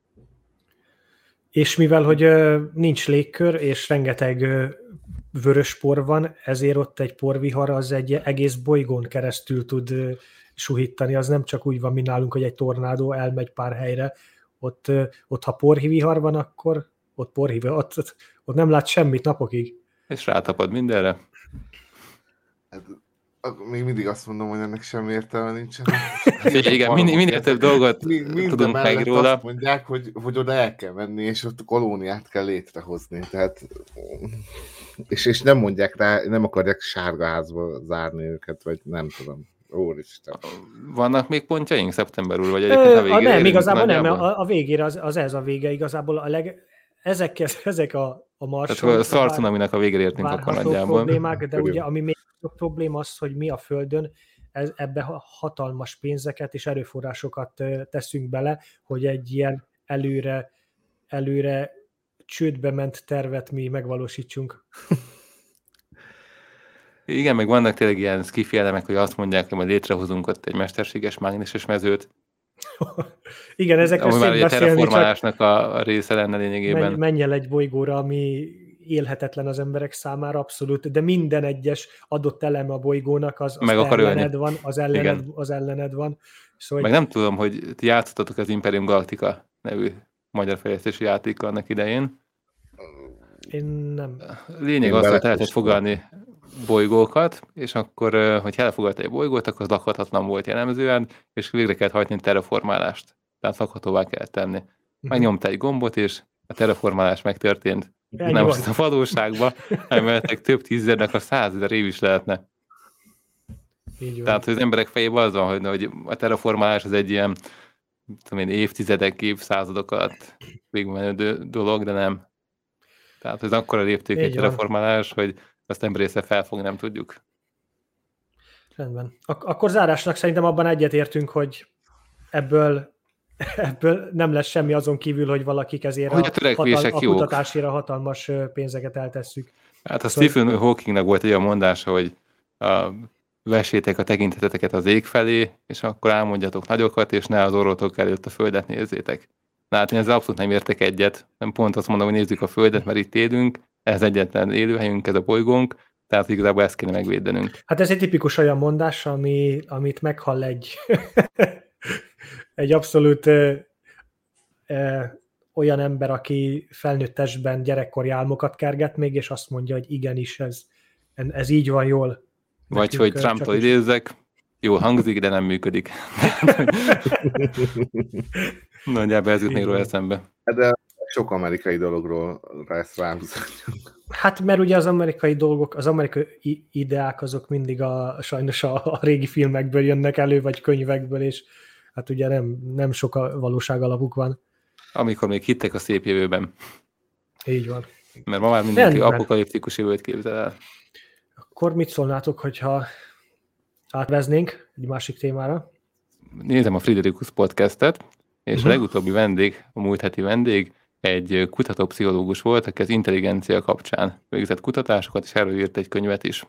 És mivel, hogy nincs légkör, és rengeteg vörös por van, ezért ott egy porvihar az egy egész bolygón keresztül tud suhítani. Az nem csak úgy van, mint nálunk, hogy egy tornádó elmegy pár helyre. Ott, ott ha porvihar van, akkor ott porvihar, ott, ott, ott nem lát semmit napokig. És rátapad mindenre. Hát, még mindig azt mondom, hogy ennek semmi értelme nincsen. Igen, minél, minél több dolgot mind, tudunk meg róla. Azt mondják, hogy, hogy oda el kell menni, és ott kolóniát kell létrehozni. Tehát, és, és nem mondják rá, nem akarják sárga házba zárni őket, vagy nem tudom. Úristen. Vannak még pontjaink szeptember úr, vagy egyébként a végére? Nem, igazából nem, a, a végére az, az ez a vége, igazából a leg, ezek, ezek a, a Marson. Tehát a szarcon, aminek a végére értünk akkor nagyjából. Problémák, de ugye ami még a probléma az, hogy mi a Földön ez, ebbe hatalmas pénzeket és erőforrásokat teszünk bele, hogy egy ilyen előre, előre csődbe ment tervet mi megvalósítsunk. Igen, meg vannak tényleg ilyen skifi elemek, hogy azt mondják, hogy majd létrehozunk ott egy mesterséges mágneses mezőt. Igen, ezekre szép beszélni, csak... terraformálásnak a, a része lenne lényegében. Menj, menj el egy bolygóra, ami élhetetlen az emberek számára, abszolút, de minden egyes adott eleme a bolygónak az, az ellened van, az ellened, az ellened van. Szóval, meg nem tudom, hogy ti játszottatok az Imperium Galactica nevű magyar fejlesztési játékkal annak idején. Én nem. Lényeg az, hogy lehetett fogalni bolygókat, és akkor, hogyha elfogadta egy bolygót, akkor az lakhatatlan volt jellemzően, és végre kellett hajtani terraformálást. Tehát lakhatóvá kellett tenni. Megnyomta egy gombot, és a terraformálás megtörtént. Ennyi nem most a valóságban, emeltek több tízezernek a százezer év is lehetne. Tehát, hogy az emberek fejében az van, hogy, hogy a terraformálás az egy ilyen tudom én, évtizedek, évszázadok alatt végigmenő dolog, de nem. Tehát, hogy az akkora lépték egy terraformálás, hogy azt emberészre felfogni nem tudjuk. Rendben. Ak- akkor zárásnak szerintem abban egyetértünk, hogy ebből, ebből nem lesz semmi azon kívül, hogy valaki kezére a, a, hatal- a kutatásére hatalmas pénzeket eltesszük. Hát a szóval... Stephen Hawkingnak volt egy olyan mondása, hogy a, vessétek a tekinteteket az ég felé, és akkor elmondjatok nagyokat, és ne az orrotok előtt a földet nézzétek. Na hát én ezzel abszolút nem értek egyet. Nem pont azt mondom, hogy nézzük a Földet, mert itt élünk, ez egyetlen élőhelyünk, ez a bolygónk, tehát igazából ezt kéne megvédenünk. Hát ez egy tipikus olyan mondás, ami, amit meghall egy, egy abszolút ö, ö, olyan ember, aki felnőtt testben gyerekkori álmokat kerget még, és azt mondja, hogy igenis, ez, ez így van jól. Vagy Nekünk, hogy Trumptól idézzek, jól hangzik, de nem működik. Nagyjából ez jutnék róla eszembe. De sok amerikai dologról lesz rám. Hát mert ugye az amerikai dolgok, az amerikai ideák azok mindig a, sajnos a, a régi filmekből jönnek elő, vagy könyvekből, és hát ugye nem, nem sok a valóság alapuk van. Amikor még hittek a szép jövőben. Így van. Mert ma már mindenki Rendben. apokaliptikus jövőt képzel el. Akkor mit szólnátok, hogyha átveznénk egy másik témára? Nézem a Friderikus podcastet, és Uh-huh. a legutóbbi vendég, a múlt heti vendég, egy kutatópszichológus volt, aki az intelligencia kapcsán végzett kutatásokat, és erről írt egy könyvet is.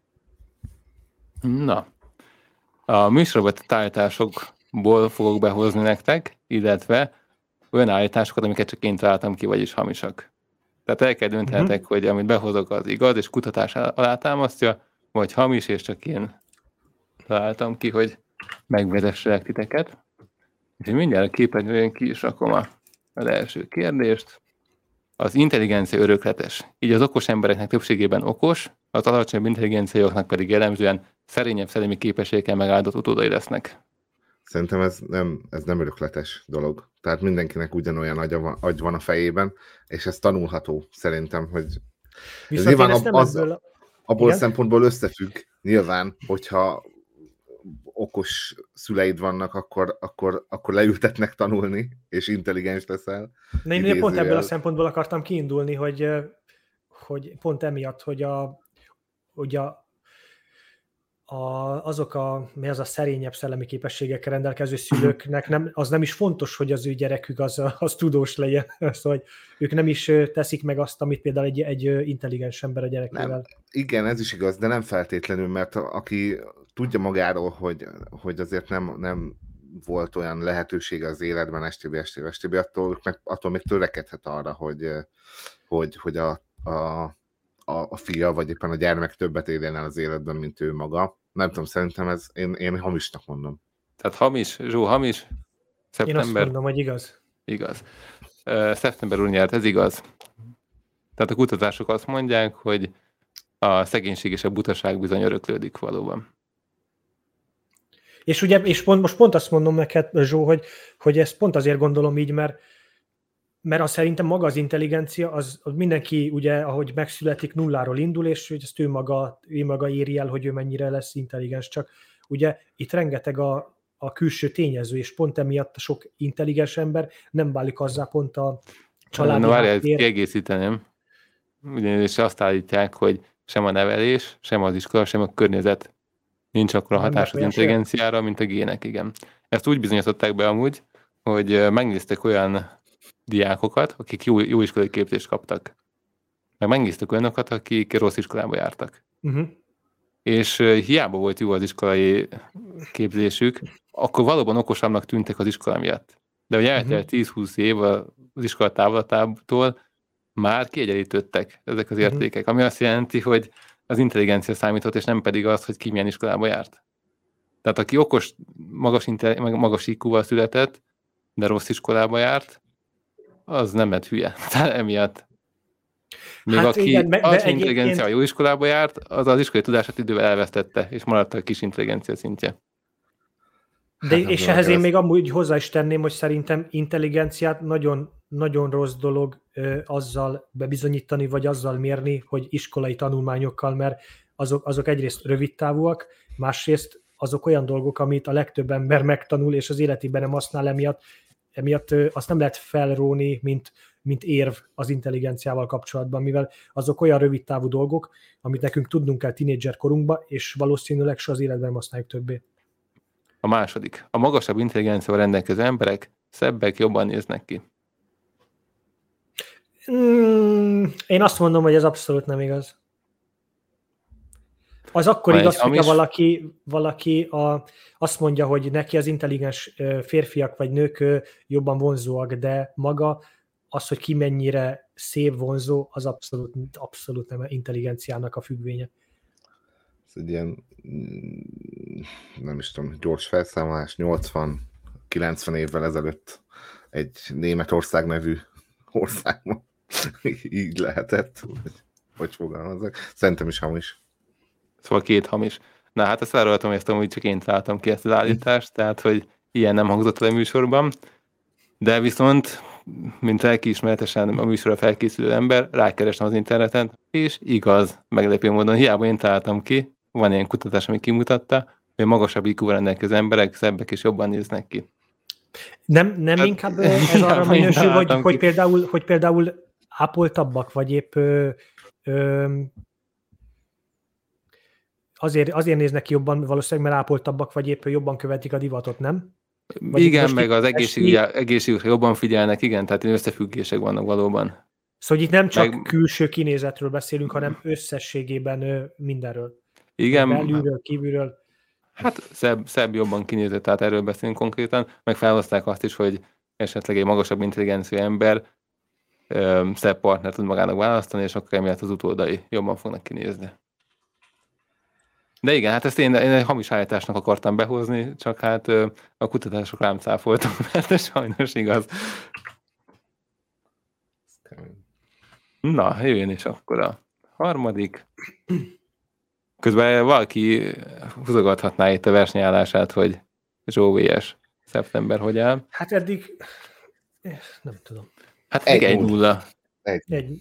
Na, a műsorban állításokból fogok behozni nektek, illetve olyan állításokat, amiket csak én találtam ki, vagyis hamisak. Tehát el kell döntenetek, uh-huh. hogy amit behozok az igaz, és kutatás alátámasztja, vagy hamis, és csak én találtam ki, hogy megvezesselek titeket. És mindjárt a képernyőn ki is rakom a, az első kérdést. Az intelligencia örökletes. Így az okos embereknek többségében okos, az alacsonyabb intelligenciáknak pedig jellemzően szerényebb szellemi képességekkel megáldott utódai lesznek. Szerintem ez nem, ez nem örökletes dolog. Tehát mindenkinek ugyanolyan agy van, agy van a fejében, és ez tanulható szerintem, hogy Viszont nyilván én ezt nem az, ebből... abból Igen? szempontból összefügg, nyilván, hogyha okos szüleid vannak, akkor, akkor, akkor leültetnek tanulni, és intelligens leszel. Na, én pont Idézőjel. ebből a szempontból akartam kiindulni, hogy, hogy pont emiatt, hogy, a, hogy a, a, azok a, mi az a szerényebb szellemi képességekkel rendelkező szülőknek nem, az nem is fontos, hogy az ő gyerekük az, az tudós legyen. Szóval ők nem is teszik meg azt, amit például egy, egy intelligens ember a gyerekével. Nem. Igen, ez is igaz, de nem feltétlenül, mert aki tudja magáról, hogy, hogy azért nem, nem volt olyan lehetősége az életben, stb. stb. stb. Attól, meg, attól még törekedhet arra, hogy, hogy, hogy a, a, a, a fia, vagy éppen a gyermek többet érjen el az életben, mint ő maga. Nem tudom, szerintem ez, én, én hamisnak mondom. Tehát hamis, Zsó, hamis, Én szeptember, azt mondom, hogy igaz. igaz. Uh, szeptember úr nyert, ez igaz. Tehát a kutatások azt mondják, hogy a szegénység és a butaság bizony öröklődik valóban. És ugye, és pont, most pont azt mondom neked, Zsó, hogy, hogy ezt pont azért gondolom így, mert, mert azt szerintem maga az intelligencia, az, az mindenki ugye, ahogy megszületik, nulláról indul, és hogy ezt ő maga, ő maga éri el, hogy ő mennyire lesz intelligens. Csak ugye itt rengeteg a, a külső tényező, és pont emiatt a sok intelligens ember nem válik azzá pont a családi Na várjál, háttér. kiegészíteném. Ugyanis azt állítják, hogy sem a nevelés, sem az iskola, sem a környezet nincs akkora Nem hatás az befolyásolja? intelligenciára, mint a gének, igen. Ezt úgy bizonyították be amúgy, hogy megnéztek olyan diákokat, akik jó, jó iskolai képzést kaptak. Meg megnéztek olyanokat, akik rossz iskolába jártak. Uh-huh. És hiába volt jó az iskolai képzésük, akkor valóban okosabbnak tűntek az iskola miatt. De hogy eltelt Uh-huh. tíz-húsz év az iskola távlatától, már kiegyenlítődtek ezek az Uh-huh. értékek, ami azt jelenti, hogy az intelligencia számított, és nem pedig az, hogy ki milyen iskolába járt. Tehát aki okos, magas, magas í kúval született, de rossz iskolába járt, az nem lett hülye. Tehát emiatt. Még Hát aki igen, de- de alacsony egyébként- intelligencia jó iskolába járt, az az iskolai tudását idővel elvesztette, és maradt a kis intelligencia szintje. De, Hát, és nem ehhez tudom, én ez- még amúgy hozzá is tenném, hogy szerintem intelligenciát nagyon, nagyon rossz dolog ö, azzal bebizonyítani, vagy azzal mérni, hogy iskolai tanulmányokkal, mert azok, azok egyrészt rövidtávúak, másrészt azok olyan dolgok, amit a legtöbb ember megtanul, és az életében nem használ emiatt, emiatt ö, azt nem lehet felróni, mint, mint érv az intelligenciával kapcsolatban, mivel azok olyan rövidtávú dolgok, amit nekünk tudnunk kell tínédzser korunkba, és valószínűleg se az életben nem használjuk többé. A második. A magasabb intelligenciával rendelkező emberek szebbek, jobban néznek ki. Mm, én azt mondom, hogy ez abszolút nem igaz. Az akkor Van igaz, egy hogyha hamis- valaki, valaki a, azt mondja, hogy neki az intelligens ö, férfiak vagy nők ö, jobban vonzóak, de maga az, hogy ki mennyire szép vonzó, az abszolút, abszolút nem intelligenciának a függvénye. Ez egy ilyen, mm, nem is tudom, gyors felszámolás, nyolcvan-kilencven évvel ezelőtt egy Németország nevű országban így lehetett, hogy, hogy fogalmazzak. Szerintem is hamis. Szóval két hamis. Na hát ezt elróltam, hogy ezt amúgy csak én találtam ki ezt az állítást, tehát hogy ilyen nem hangzott el a műsorban, de viszont, mint lelkiismeretesen a műsorra felkészülő ember, rákerestem az interneten, és igaz, meglepő módon, hiába én találtam ki, van ilyen kutatás, ami kimutatta, hogy magasabb í kú-val rendelkező emberek szebbek és jobban néznek ki. Nem, nem Hát, inkább ö, ez hiába arra én minősül, hogy, találtam hogy, ki. például, hogy például ápoltabbak, vagy épp ö, ö, azért, azért néznek ki jobban valószínűleg, mert ápoltabbak, vagy épp jobban követik a divatot, nem? Vagy Igen, most meg itt az esti- egészségügy, egészségügyre jobban figyelnek, igen, tehát összefüggések vannak valóban. Szóval itt nem csak Meg- külső kinézetről beszélünk, hanem összességében ö, mindenről. Igen, Belülről, kívülről. hát szebb, szebb jobban kinézett, tehát erről beszélünk konkrétan, meg felhozták azt is, hogy esetleg egy magasabb intelligenciú ember ö, szebb partner tud magának választani, és akkor emiatt az utódai jobban fognak kinézni. De igen, hát ezt én, én egy hamis állításnak akartam behozni, csak hát ö, a kutatások rám cáfoltak, mert ez sajnos igaz. Na, jöjjön is akkor a harmadik. Közben valaki húzogathatná itt a versenyállását, hogy Zsó vé es szeptember hogy áll. Hát eddig eh, nem tudom. Hát még Egy egy nulla. Egy,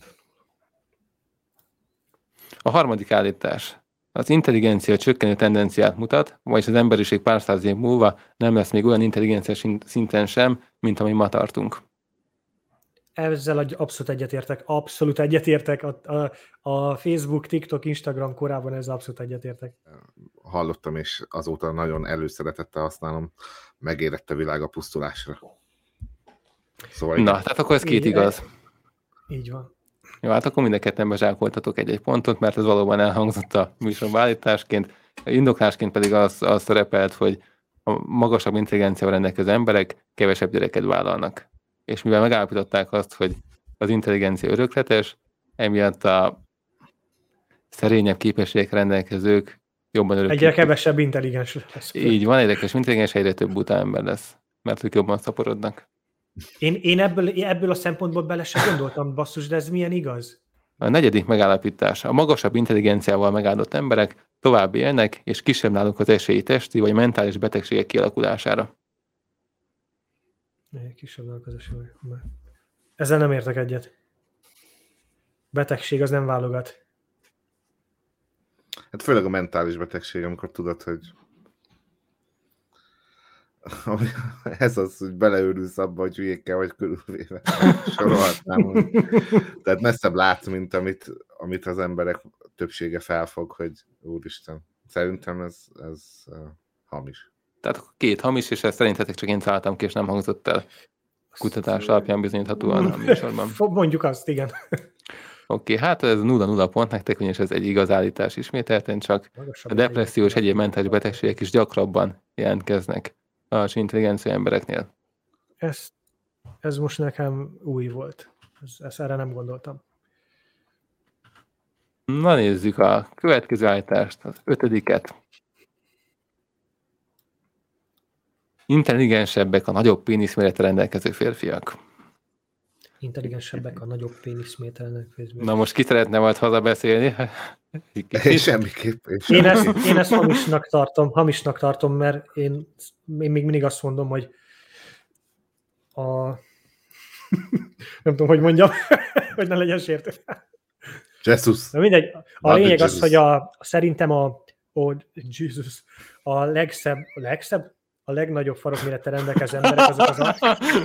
A harmadik állítás. Az intelligencia csökkenő tendenciát mutat, vagyis az emberiség pár száz év múlva nem lesz még olyan intelligencia szinten sem, mint ami ma tartunk. ezzel egy- abszolút egyetértek. Abszolút egyetértek. A, a, a Facebook, TikTok, Instagram korában ezzel abszolút egyetértek. Hallottam, és azóta nagyon előszeretettel használom, megérett a világ a pusztulásra. Szóval Na, igen. tehát akkor ez két Így- igaz. Így van. Jó, hát akkor mind a ketten bezsákoltatok egy-egy pontot, mert ez valóban elhangzott a műsorban állításként. Indoklásként pedig az, az szerepelt, hogy a magasabb intelligenciával rendelkező emberek kevesebb gyereket vállalnak. És mivel megállapították azt, hogy az intelligencia örökletes, emiatt a szerényebb képességek rendelkezők jobban Egyre örökítik. kevesebb intelligens lesz. Így van, érdekes intelligens, egyre több buta ember lesz, mert ők jobban szaporodnak. Én, én ebből, ebből a szempontból bele sem gondoltam, basszus, de ez milyen igaz? A negyedik megállapítás. A magasabb intelligenciával megáldott emberek tovább élnek, és kisebb náluk az esély testi vagy mentális betegségek kialakulására. Ne, Kisebb vállalkozás. Ezzel nem értek egyet. Betegség az nem válogat. Hát főleg a mentális betegség, amikor tudod, hogy ez az, hogy beleőrülsz abba, hogy hülyékkel vagy körülvéve. Sorolhatnám. Tehát messzebb látsz, mint amit, amit az emberek többsége felfog, hogy úristen. Szerintem ez, ez uh, hamis. Tehát két hamis, és ezt szerintetek csak én találtam ki, és nem hangzott el kutatás alapján bizonyíthatóan a műsorban. Mondjuk azt, igen. Oké, okay, hát ez nulla nulla pont nektek, ugyanis ez egy igaz állítás ismételten, csak a depresszió és egyéb mentális betegségek is gyakrabban jelentkeznek az intelligencia embereknél. Ez, ez most nekem új volt. Ez, ezt erre nem gondoltam. Na nézzük a következő állítást, az ötödiket. Intelligensebbek a nagyobb péniszméretre rendelkező férfiak. Intelligensebbek a nagyobb péniszmételnek. Na most ki szeretne majd hazabeszélni? Én semmiképp. Én, Én semmiképp. ezt, én ezt hamisnak tartom, hamisnak tartom, mert én, én még mindig azt mondom, hogy a... nem tudom, hogy mondjam, hogy ne legyen sértő. Jesus. De mindegy, a Love lényeg you, az, Jesus. hogy a, szerintem a, oh, Jesus, a legszebb, a legszebb, a legnagyobb farokmérete rendelkező emberek azok az a,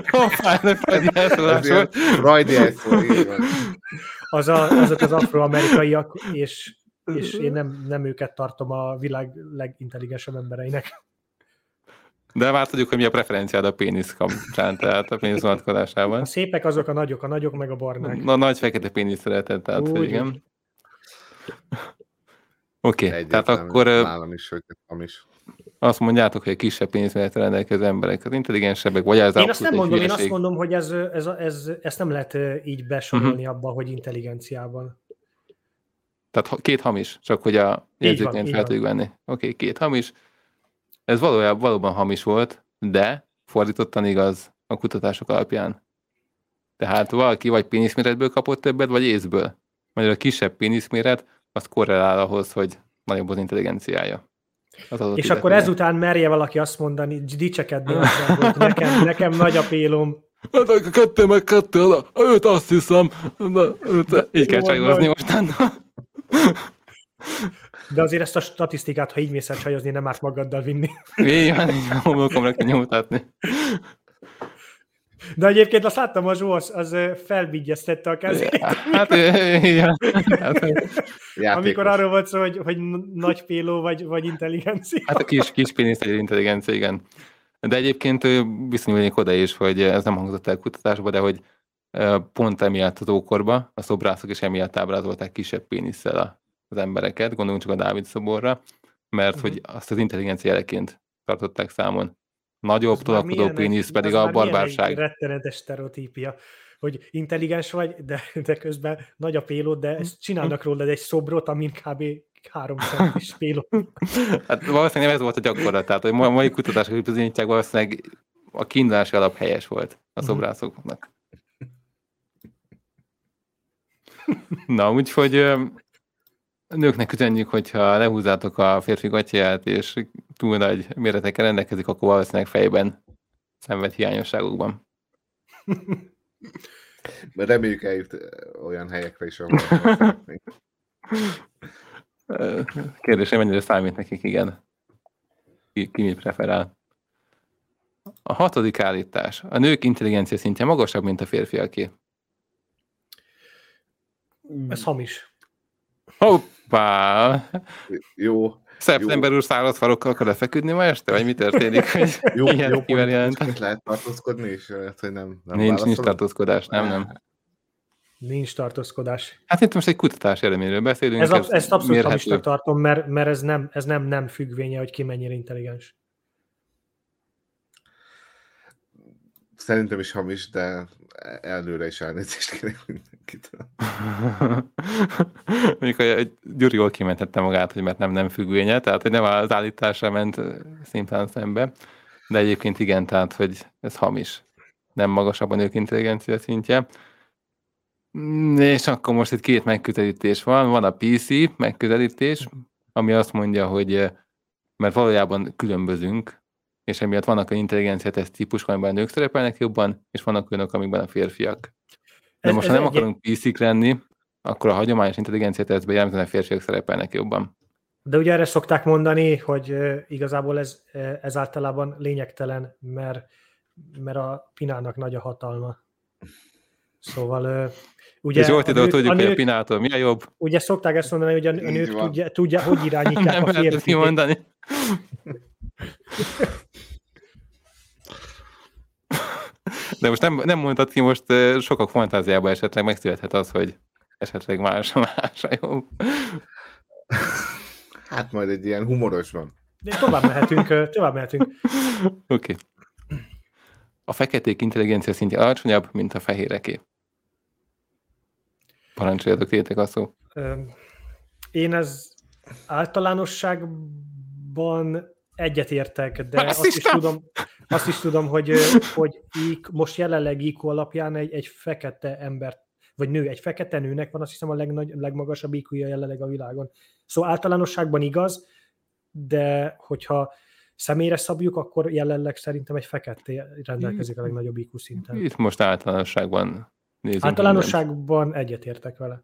Ez ilyen frajdi elszó, így van. az a, azok az afroamerikaiak, és, és én nem, nem őket tartom a világ legintelligensebb embereinek. De már tudjuk, hogy mi a preferenciád a pénisz kapcsán, tehát a pénisz vonatkozásában. A szépek azok a nagyok, a nagyok meg a barnák. Na, nagy fekete pénisz szeretett, tehát Úgy, hogy igen. Oké, okay, tehát akkor nálam is, hogy hamis. Azt mondjátok, hogy a kisebb pénzmérettel rendelkező emberek az intelligensebbek, vagy ez én azt nem mondom, én azt mondom, hogy ez, ez, ez, ezt nem lehet így besorolni uh-huh. abba, hogy intelligenciában. Tehát két hamis, csak hogy a jegyzőkönyvet fel tudjuk venni. Oké, okay, két hamis. Ez valójában valóban hamis volt, de fordítottan igaz a kutatások alapján. Tehát valaki vagy péniszméretből kapott többet, vagy észből. Majd a kisebb péniszméret, az korrelál ahhoz, hogy nagyobb az intelligenciája. Az az és akkor ezután merje valaki azt mondani, dicsekedni azzal, hogy nekem, nekem nagy a pélom. Hát a kettő meg kettő, a öt azt hiszem. Na, öt, így kell csajozni mostan. De azért ezt a statisztikát, ha így mész el csajozni, nem árt magaddal vinni. Igen, homlokomra kell nyomtatni. De egyébként azt láttam, a Zsó az, az felvigyeztette a kezét. Hát, igen. Amikor arról volt szó, hogy, hogy nagy péló vagy, vagy intelligencia. Hát a kis, kis pénisz egy intelligencia, igen. De egyébként viszonyulnék oda is, hogy ez nem hangzott el kutatásba, de hogy pont emiatt az ókorban a szobrászok is emiatt ábrázolták kisebb pénisszel az embereket, gondoljunk csak a Dávid szoborra, mert uh-huh. hogy azt az intelligencia jeleként tartották számon. Nagyobb, tolakodó pénisz pedig a barbárság. Ez rettenetes sztereotípia, hogy intelligens vagy, de, de közben nagy a pélód, de ezt csinálnak rólad egy szobrot, amin kb. három centis pélód. Hát valószínűleg ez volt a gyakorlat, tehát a mai kutatások bizonyítják, valószínűleg a kiindulási alap helyes volt a szobrászoknak. Na, úgyhogy a nőknek üzenjük, hogyha lehúzzátok a férfi gatyját, és túl nagy méretekkel rendelkezik, akkor valószínűleg fejben szenved hiányosságokban. Reméljük eljut olyan helyekre is, ahol kérdésem, mennyire számít nekik, igen. Ki, ki mit preferál. A hatodik állítás. A nők intelligencia szintje magasabb, mint a férfiaké. Ez hamis. Hoppá! Jó. Szeptember úr száraz farokkal akar lefeküdni ma este? Vagy mi történik? Hogy jó, jó pont, lehet tartózkodni, és lehet, hogy nem, nem Nincs, nincs tartózkodás, nem, nem. Nincs tartózkodás. Hát itt most egy kutatás eredményről beszélünk. Ez ez ezt abszolút hamisnak tartom, mert, mert ez, nem, ez nem, nem függvénye, hogy ki mennyire intelligens. Szerintem is hamis, de előre is elnézést kérek mindenkitől. Mondjuk, hogy Gyuri jól kimentette magát, hogy mert nem nem függvénye, tehát hogy nem az állításra ment szimplán szembe, de egyébként igen, tehát hogy ez hamis. Nem magasabb a nők intelligencia szintje. És akkor most itt két megközelítés van. Van a pé cé megközelítés, ami azt mondja, hogy mert valójában különbözünk, és emiatt vannak a intelligencia teszt típusok, amiben a nők szerepelnek jobban, és vannak olyanok, amikben a férfiak. De ez, most, ha nem egy... akarunk pé cé-k lenni, akkor a hagyományos intelligencia tesztben jellemzően a férfiak szerepelnek jobban. De ugye erre szokták mondani, hogy igazából ez, ez általában lényegtelen, mert, mert a Pinának nagy a hatalma. Szóval... Ugye és jól tudod, tudjuk, hogy a Pinától mi a jobb. Ugye szokták ezt mondani, hogy a nők tudja, tudja, hogy irányítják a férfit. Nem mondani. De most nem, nem mondtad ki, most sokak fantáziában esetleg megszülethet az, hogy esetleg más, más a jobb. Hát majd egy ilyen humoros van. De tovább mehetünk, tovább mehetünk. Oké. Okay. A feketék intelligencia szintje alacsonyabb, mint a fehéreké. Parancsoljatok, tétek a szó. Én ez általánosságban egyetértek, de azt, azt is, tudom, azt is tudom, hogy, hogy most jelenleg í kú alapján egy, egy fekete ember, vagy nő, egy fekete nőnek van azt hiszem a legnagy, legmagasabb í kúja jelenleg a világon. Szóval általánosságban igaz, de hogyha személyre szabjuk, akkor jelenleg szerintem egy fekete rendelkezik a legnagyobb í kú szinten. Itt most általánosságban nézzünk. Általánosságban mindent. Egyetértek vele.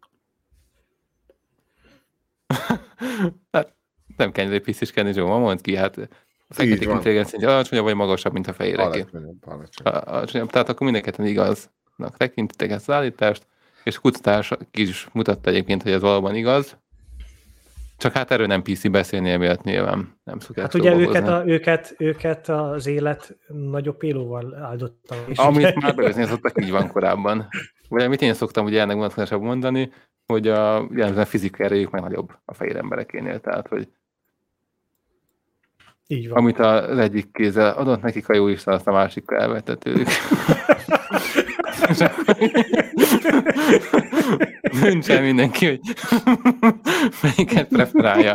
Hát, nem kell egy pisziskedni, Zsó, ma mondd ki, hát a feketék intelligencia alacsonyabb vagy magasabb, mint a fehéreké. Alacsonyabb, alacsonyabb. alacsonyabb. Tehát akkor mindenketten igaznak tekintitek ezt az állítást, és a kutatás is mutatta egyébként, hogy ez valóban igaz. Csak hát erről nem pé cé beszélni, emiatt nyilván nem szokás. Hát ugye őket, a, őket, őket az élet nagyobb pélóval áldottam. Amit ugye... már bevezni szoktak, így van korábban. Vagy amit én szoktam ugye ennek vonatkozásában mondani, hogy a, a fizikai erejük meg nagyobb a fehér emberekénél, tehát, hogy így van. amit az egyik kézzel adott nekik a jóisten, azt a másikkal elvette tőlük. Döntsen mindenki, hogy melyiket preferálja.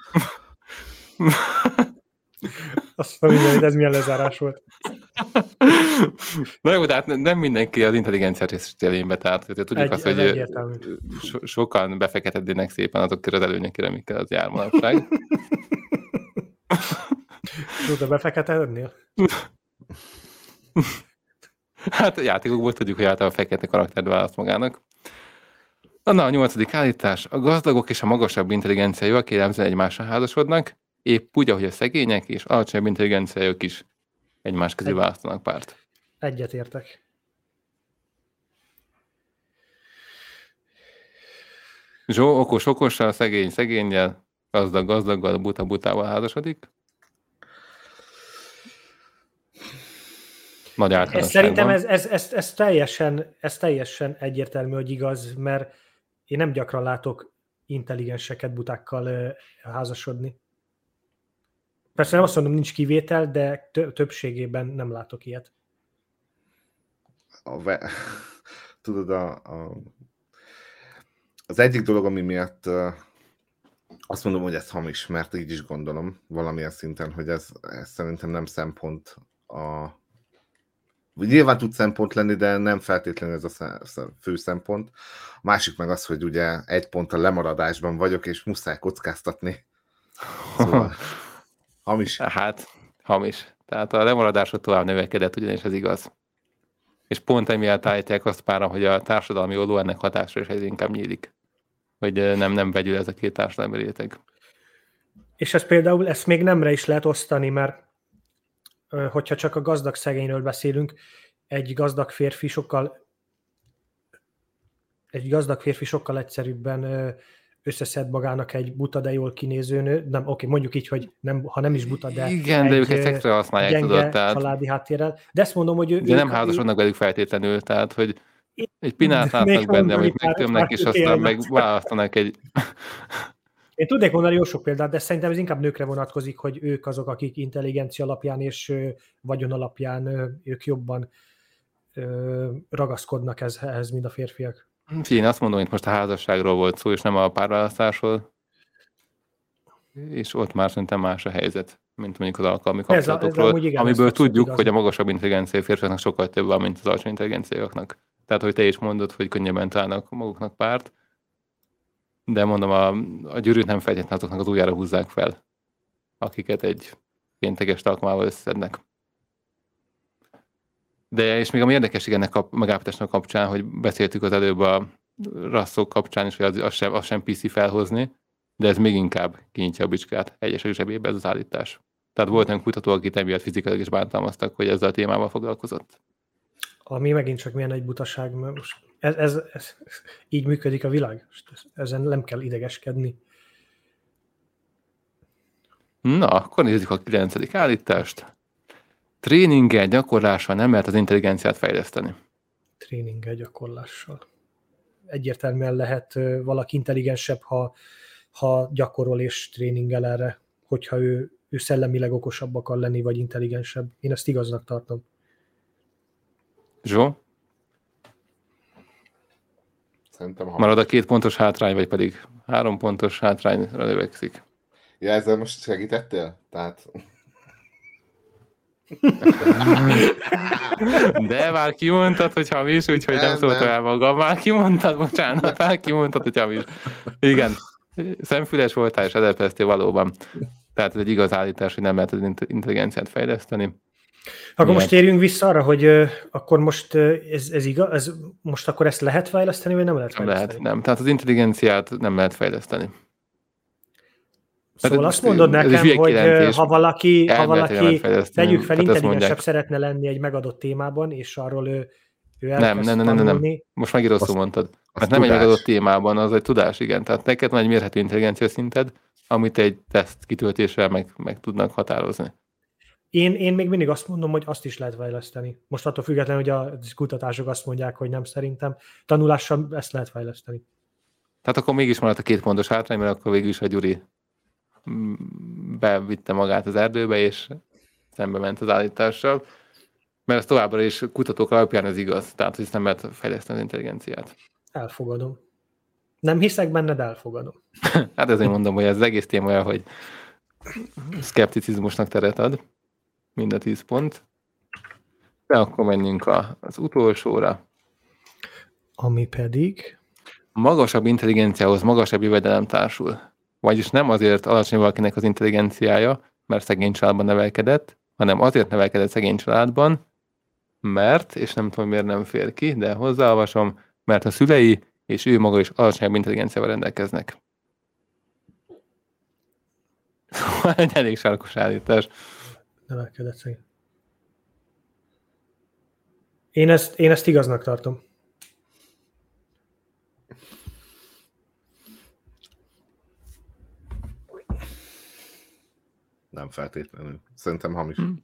Azt mondom, hogy ez milyen lezárás volt. Na jó, de hát nem mindenki az intelligencia részletélénybe, tehát tudjuk Egy, azt, hogy so- sokan befeketednének szépen azok az előnyökre, amikkel az jár manapság. Tudod, befeketednél? Hát a játékokból tudjuk, hogy általában a fekete karaktert választ magának. Na, a nyolcadik állítás. A gazdagok és a magasabb intelligenciájúak jellemzően egymásra házasodnak, épp úgy, ahogy a szegények és alacsonyabb intelligenciájuk is egymás közül választanak párt. Egyetértek. Zsó, okos okossal, szegény szegénnyel, gazdag gazdaggal, buta butával házasodik. Nagy ez szerintem ez, ez, ez, ez, teljesen, ez teljesen egyértelmű, hogy igaz, mert én nem gyakran látok intelligenseket butákkal uh, házasodni. Persze nem azt mondom, nincs kivétel, de többségében nem látok ilyet. A ve... Tudod, a, a... az egyik dolog, ami miatt uh, azt mondom, hogy ez hamis, mert így is gondolom valamilyen szinten, hogy ez, ez szerintem nem szempont a... Nyilván tud szempont lenni, de nem feltétlenül ez a fő szempont. A másik meg az, hogy ugye egy ponttal lemaradásban vagyok, és muszáj kockáztatni. Szóval hamis. Hát, hamis. Tehát a lemaradásod tovább növekedett, ugyanis ez igaz. És pont emiatt állítják azt pára, hogy a társadalmi olló ennek hatásra is ez inkább nyílik. Hogy nem, nem vegyül ez a két társadalmi réteg. És ez például, ezt még nemre is lehet osztani, mert hogyha csak a gazdag szegényről beszélünk, egy gazdag férfi sokkal egy gazdag férfi sokkal egyszerűbben összeszed magának egy buta, de jól kinéző nő. Nem, oké, mondjuk így, hogy nem, ha nem is buta, de igen, de ők ezt extra használják, gyenge tudod, tehát... családi háttérrel. De ezt mondom, hogy ő, de nem házasodnak velük feltétlenül, tehát, hogy egy pinát látnak benne, amit megtömnek, és aztán meg választanak egy... Én tudnék mondani jó sok példát, de szerintem ez inkább nőkre vonatkozik, hogy ők azok, akik intelligencia alapján és vagyon alapján ők jobban ragaszkodnak ehhez, mint a férfiak. Én azt mondom, hogy most a házasságról volt szó, és nem a párválasztásról, és ott már szerintem más a helyzet, mint mondjuk az alkalmi kapcsolatokról, igen, amiből tudjuk, igaz, hogy a magasabb intelligencia férfiaknak sokkal több van, mint az alacsony intelligenciáknak. Tehát, hogy te is mondod, hogy könnyebben találnak maguknak párt, de mondom, a, a gyűrűt nem feltétlenül azoknak az ujjára húzzák fel, akiket egy pénteges alkalmával összeszednek. De és még ami érdekesség ennek a megállapításnak kapcsán, hogy beszéltük az előbb a rasszok kapcsán is, hogy az, az, sem, az sem piszi felhozni, de ez még inkább kinyitja a bicskát egyesek zsebébe ez az állítás. Tehát volt olyan kutató, akit emiatt fizikailag is bántalmaztak, hogy ezzel a témával foglalkozott. Ami megint csak milyen egy butaság, mert most ez, ez, ez, így működik a világ. Ezen nem kell idegeskedni. Na, akkor nézzük a kilencedik állítást. Tréninggel, gyakorlással nem lehet az intelligenciát fejleszteni. Tréninggel, gyakorlással. Egyértelműen lehet valaki intelligensebb, ha, ha gyakorol és tréninggel erre, hogyha ő, ő szellemileg okosabb akar lenni, vagy intelligensebb. Én ezt igaznak tartom. Zsó? Szerintem marad a két pontos hátrány, vagy pedig három pontos hátrányra növekszik? Ja, ezzel most segítettél? Tehát... De már kimondtad, hogy hamis, úgyhogy nem, nem szóltam el magam. Már kimondtad, bocsánat, már kimondtad, hogy hamis. Igen, szemfüles voltál és edelpeztél valóban. Tehát ez egy igaz állítás, hogy nem lehet az intelligenciát fejleszteni. Akkor Milyen? Most térjünk vissza arra, hogy uh, akkor most uh, ez, ez igaz, ez, most akkor ezt lehet fejleszteni, vagy nem lehet nem fejleszteni? Lehet, nem. Tehát az intelligenciát nem lehet fejleszteni. Szóval tehát azt mondod nekem, hogy kijelentés. ha valaki, ha valaki tegyük fel, intelligensebb szeretne lenni egy megadott témában, és arról ő, ő elkezd nem, nem, nem, nem, nem. Most megint rosszul mondtad. Mert nem egy megadott témában, az egy tudás, igen. Tehát neked van egy mérhető intelligencia szinted, amit egy teszt kitöltéssel meg, meg tudnak határozni. Én, én még mindig azt mondom, hogy azt is lehet fejleszteni. Most attól függetlenül, hogy a kutatások azt mondják, hogy nem szerintem. Tanulással ezt lehet fejleszteni. Tehát akkor mégis maradt a két pontos hátrány, mert akkor végül is a Gyuri bevitte magát az erdőbe, és szembe ment az állítással. Mert ez továbbra is kutatók alapján ez igaz. Tehát, hogy ezt nem lehet fejleszteni az intelligenciát. Elfogadom. Nem hiszek benned, elfogadom. Hát ezért mondom, hogy ez az egész téma olyan, hogy szkepticizmusnak teret ad. Mind a tíz pont. De akkor menjünk a, az utolsóra. Ami pedig... Magasabb intelligenciához magasabb jövedelem társul. Vagyis nem azért alacsony valakinek az intelligenciája, mert szegény családban nevelkedett, hanem azért nevelkedett szegény családban, mert, és nem tudom miért nem fér ki, de hozzáolvasom, mert a szülei és ő maga is alacsonyabb intelligenciával rendelkeznek. Szóval egy elég sarkos állítás. Nevelkedett szegény. Én ezt, én ezt igaznak tartom. Nem feltétlenül. Szerintem hamis. Hmm.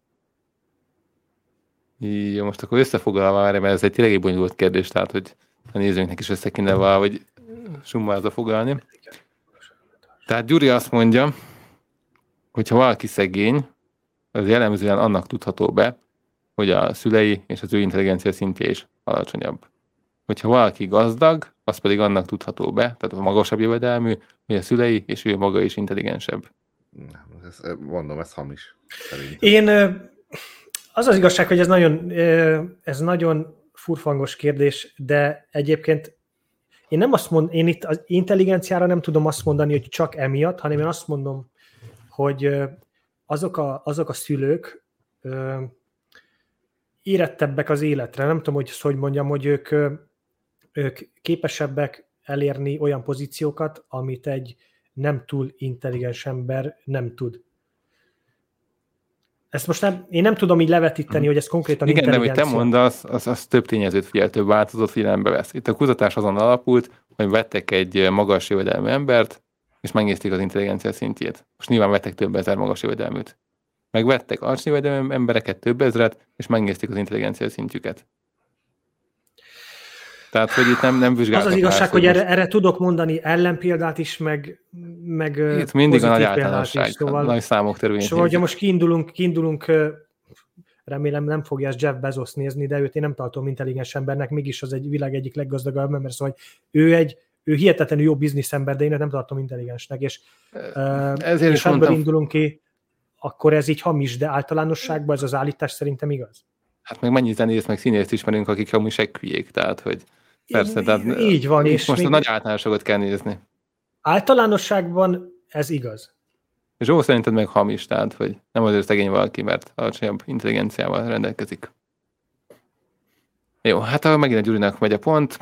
Jó, most akkor összefoglalva már, mert ez egy tényleg egy bonyolult kérdés, tehát hogy a nézőnknek is össze kéne valahogy summázva foglalni. Tehát Gyuri azt mondja, hogy ha valaki szegény, az jellemzően annak tudható be, hogy a szülei és az ő intelligencia szintje is alacsonyabb. Hogyha valaki gazdag, az pedig annak tudható be, tehát a magasabb jövedelmű, hogy a szülei és ő maga is intelligensebb. Nem, ez, mondom, ez hamis. Szerintem. Én, az az igazság, hogy ez nagyon, ez nagyon furfangos kérdés, de egyébként én nem azt mondom, én itt az intelligenciára nem tudom azt mondani, hogy csak emiatt, hanem én azt mondom, hogy azok a, azok a szülők érettebbek az életre. Nem tudom, hogy ezt hogy mondjam, hogy ők, ők képesebbek elérni olyan pozíciókat, amit egy nem túl intelligens ember nem tud. Ezt most nem, én nem tudom így levetíteni, hmm. hogy ez konkrétan igen, intelligencia. Igen, de amit te mondasz, az, az több tényezőt figyel, több változót figyelembe vesz. Itt a kutatás azon alapult, hogy vettek egy magas jövedelmű embert, és megnézték az intelligencia szintjét. Most nyilván vettek több ezer magas jövedelműt. Megvettek alacsony jövedelmű embereket, több ezret, és megnézték az intelligencia szintjüket. Tehát, hogy itt nem, nem vizsgáltak. Az az igazság, hogy erre, erre tudok mondani ellenpéldát is, meg, meg itt mindig a nagy általánosság, szóval, nagy számok törvények. Szóval, hogyha most kiindulunk, kiindulunk, remélem nem fogja ezt Jeff Bezos nézni, de őt én nem tartom intelligens embernek, mégis az egy világ egyik leggazdagabb ember, szóval ő egy ő hihetetlenül jó bizniszember, de én nem tartom intelligensnek, és, ezért és is ebből mondtam, indulunk ki, akkor ez így hamis, de általánosságban ez az állítás szerintem igaz. Hát meg mennyi zenész, meg színészt ismerünk, akik amúgy seghülyék, tehát, hogy persze, tehát így van. És most a nagy általánosságot kell nézni. Általánosságban ez igaz. Zsó szerinted meg hamis, tehát, hogy nem azért szegény valaki, mert alacsonyabb intelligenciával rendelkezik. Jó, hát ha megint a Gyurinak megy a pont.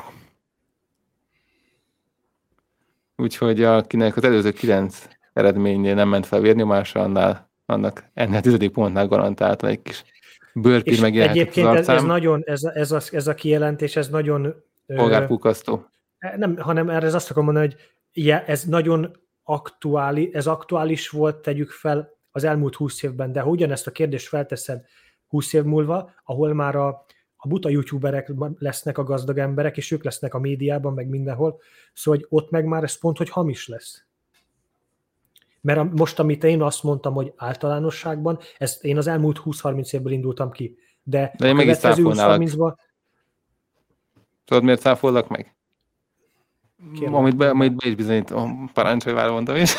Úgyhogy akinek az előző kilenc eredménynél nem ment fel vérnyomásra, annál, annak ennél a tizedik pontnál garantáltan egy kis bőrpír megjelenhetett az egyébként ez, arcám. ez, nagyon, ez, ez, a, ez a kijelentés, ez nagyon... Polgárpukasztó. Nem, hanem erre azt akarom mondani, hogy ja, ez nagyon aktuális, ez aktuális volt, tegyük fel az elmúlt húsz évben, de ha ugyanezt a kérdést felteszed húsz év múlva, ahol már a, a buta youtuberek lesznek a gazdag emberek, és ők lesznek a médiában, meg mindenhol, szóval hogy ott meg már ez pont, hogy hamis lesz. Mert a, most, amit én azt mondtam, hogy általánosságban, ezt én az elmúlt húsz-harminc évből indultam ki, de, de én a következő húsz-harmincban... Tudod, miért száfollak meg? Kérlek. Amit be, amit be is bizonyít, parancsolj, már mondtam is.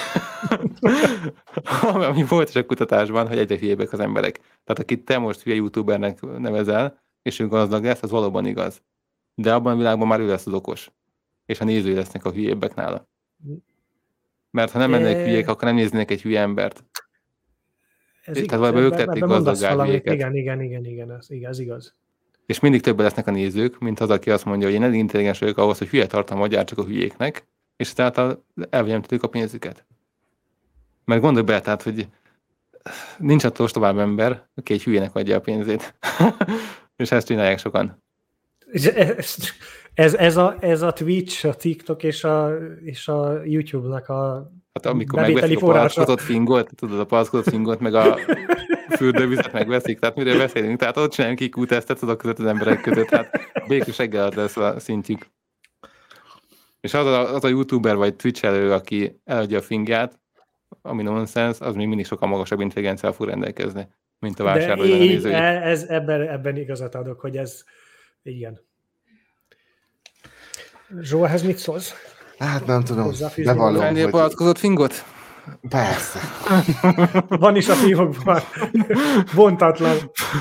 Ami volt is a kutatásban, hogy egyre hülyébbek az emberek. Tehát akit te most hülye youtubernek nevezel, és ő gazdag lesz, az valóban igaz. De abban a világban már ő lesz az okos. És a nézői lesznek a hülyébbek nála. Mert ha nem lennének hülyék, akkor nem néznének egy hülye embert. Ez Tehát valóban ők tették gazdaggá hülyéket. Igen, igen, igen, igen, ez igaz, igaz. És mindig többen lesznek a nézők, mint az, aki azt mondja, hogy én elég intelligens vagyok ahhoz, hogy hülye tartalmat gyártsak a hülyéknek, és tehát elvegyem tőlük a pénzüket. Mert gondolj bele, tehát, hogy nincs attól tovább ember, aki egy hülyének adja a pénzét. És ezt csinálják sokan. Ez, ez, ez, a, ez a Twitch, a TikTok és a, és a YouTube-nak a hát amikor megveszik a palackozott fingot, tudod, a palackozott fingot, meg a fürdővizet megveszik, tehát miről beszélünk? Tehát ott csináljunk I Q tesztet azok között az emberek között, hát békés reggel lesz a szintjük. És az a, az a youtuber vagy twitchelő, aki eladja a fingját, ami nonsens, az még mindig sokkal magasabb intelligenciával fog rendelkezni, mint a vásárlói De a nézői. ez, ebben, ebben igazat adok, hogy ez igen. Zsó, ehhez mit szólsz? Hát nem tudom, Hozzáfűzni bevallom, Vennél hogy... palackozott fingot? Persze. Van is a fiókban. Bontatlan.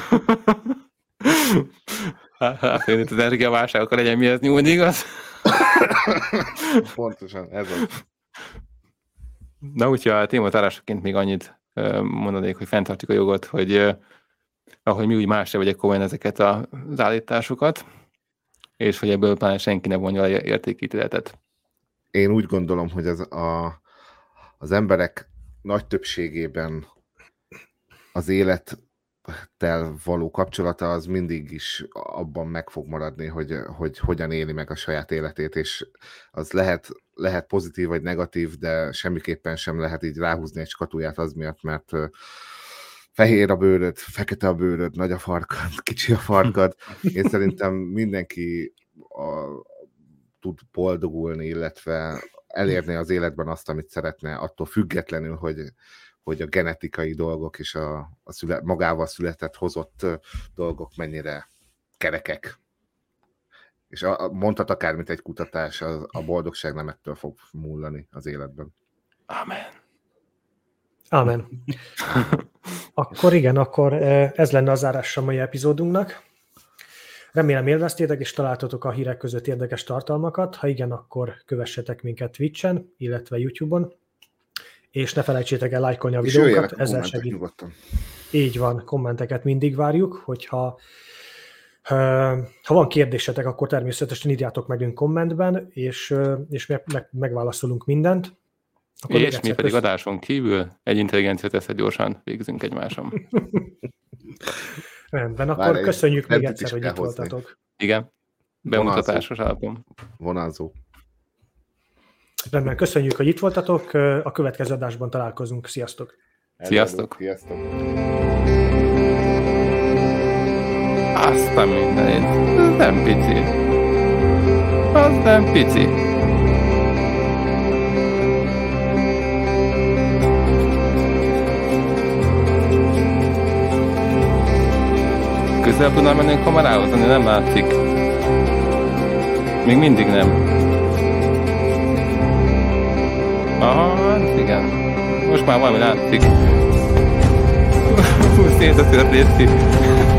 Hát, én itt az energiaválságokkal legyen mihez nyúlni, igaz? Pontosan, ez az. Na, úgyhogy a tématárásaként még annyit mondanék, hogy fenntartjuk a jogot, hogy ahogy mi úgy másra vegyek komolyan ezeket az állításokat, és hogy ebből pláne senki ne vonja le értékítéletet. Én úgy gondolom, hogy az, a, az emberek nagy többségében az élettel való kapcsolata az mindig is abban meg fog maradni, hogy, hogy hogyan éli meg a saját életét, és az lehet, lehet pozitív vagy negatív, de semmiképpen sem lehet így ráhúzni egy skatulját az miatt, mert fehér a bőröd, fekete a bőröd, nagy a farkad, kicsi a farkad. Én szerintem mindenki a, tud boldogulni, illetve elérni az életben azt, amit szeretne, attól függetlenül, hogy, hogy a genetikai dolgok és a, a szüle, magával született, hozott dolgok mennyire kerekek. És a, mondhat akármit egy kutatás, a, a boldogság nem ettől fog múlani az életben. Amen. Amen. Akkor igen, akkor ez lenne az zárása a mai epizódunknak. Remélem élveztétek, és találtatok a hírek között érdekes tartalmakat. Ha igen, akkor kövessetek minket Twitchen, illetve YouTube-on, és ne felejtsétek el lájkolni a és videókat. A Ezzel segít. Nyugodtan. Így van, kommenteket mindig várjuk, hogyha ha van kérdésetek, akkor természetesen írjátok meg kommentben, és, és meg, meg, megválaszolunk mindent. Akkor és mi pedig köz... adáson kívül egy intelligencia tesztet gyorsan végzünk egymáson. Rendben, akkor Várj, köszönjük még egyszer, hogy itt hozni. voltatok. Igen, bemutatásos alapon. Vonalzó. Rendben, köszönjük, hogy itt voltatok. A következő adásban találkozunk. Sziasztok! Sziasztok! Sziasztok! Azt a mindenit. Ez nem pici. Az nem pici. Közel tudnám menni a kamerához, de nem látszik. Még mindig nem. Aha, igen. Most már valami látszik. Hú, szét a történeti.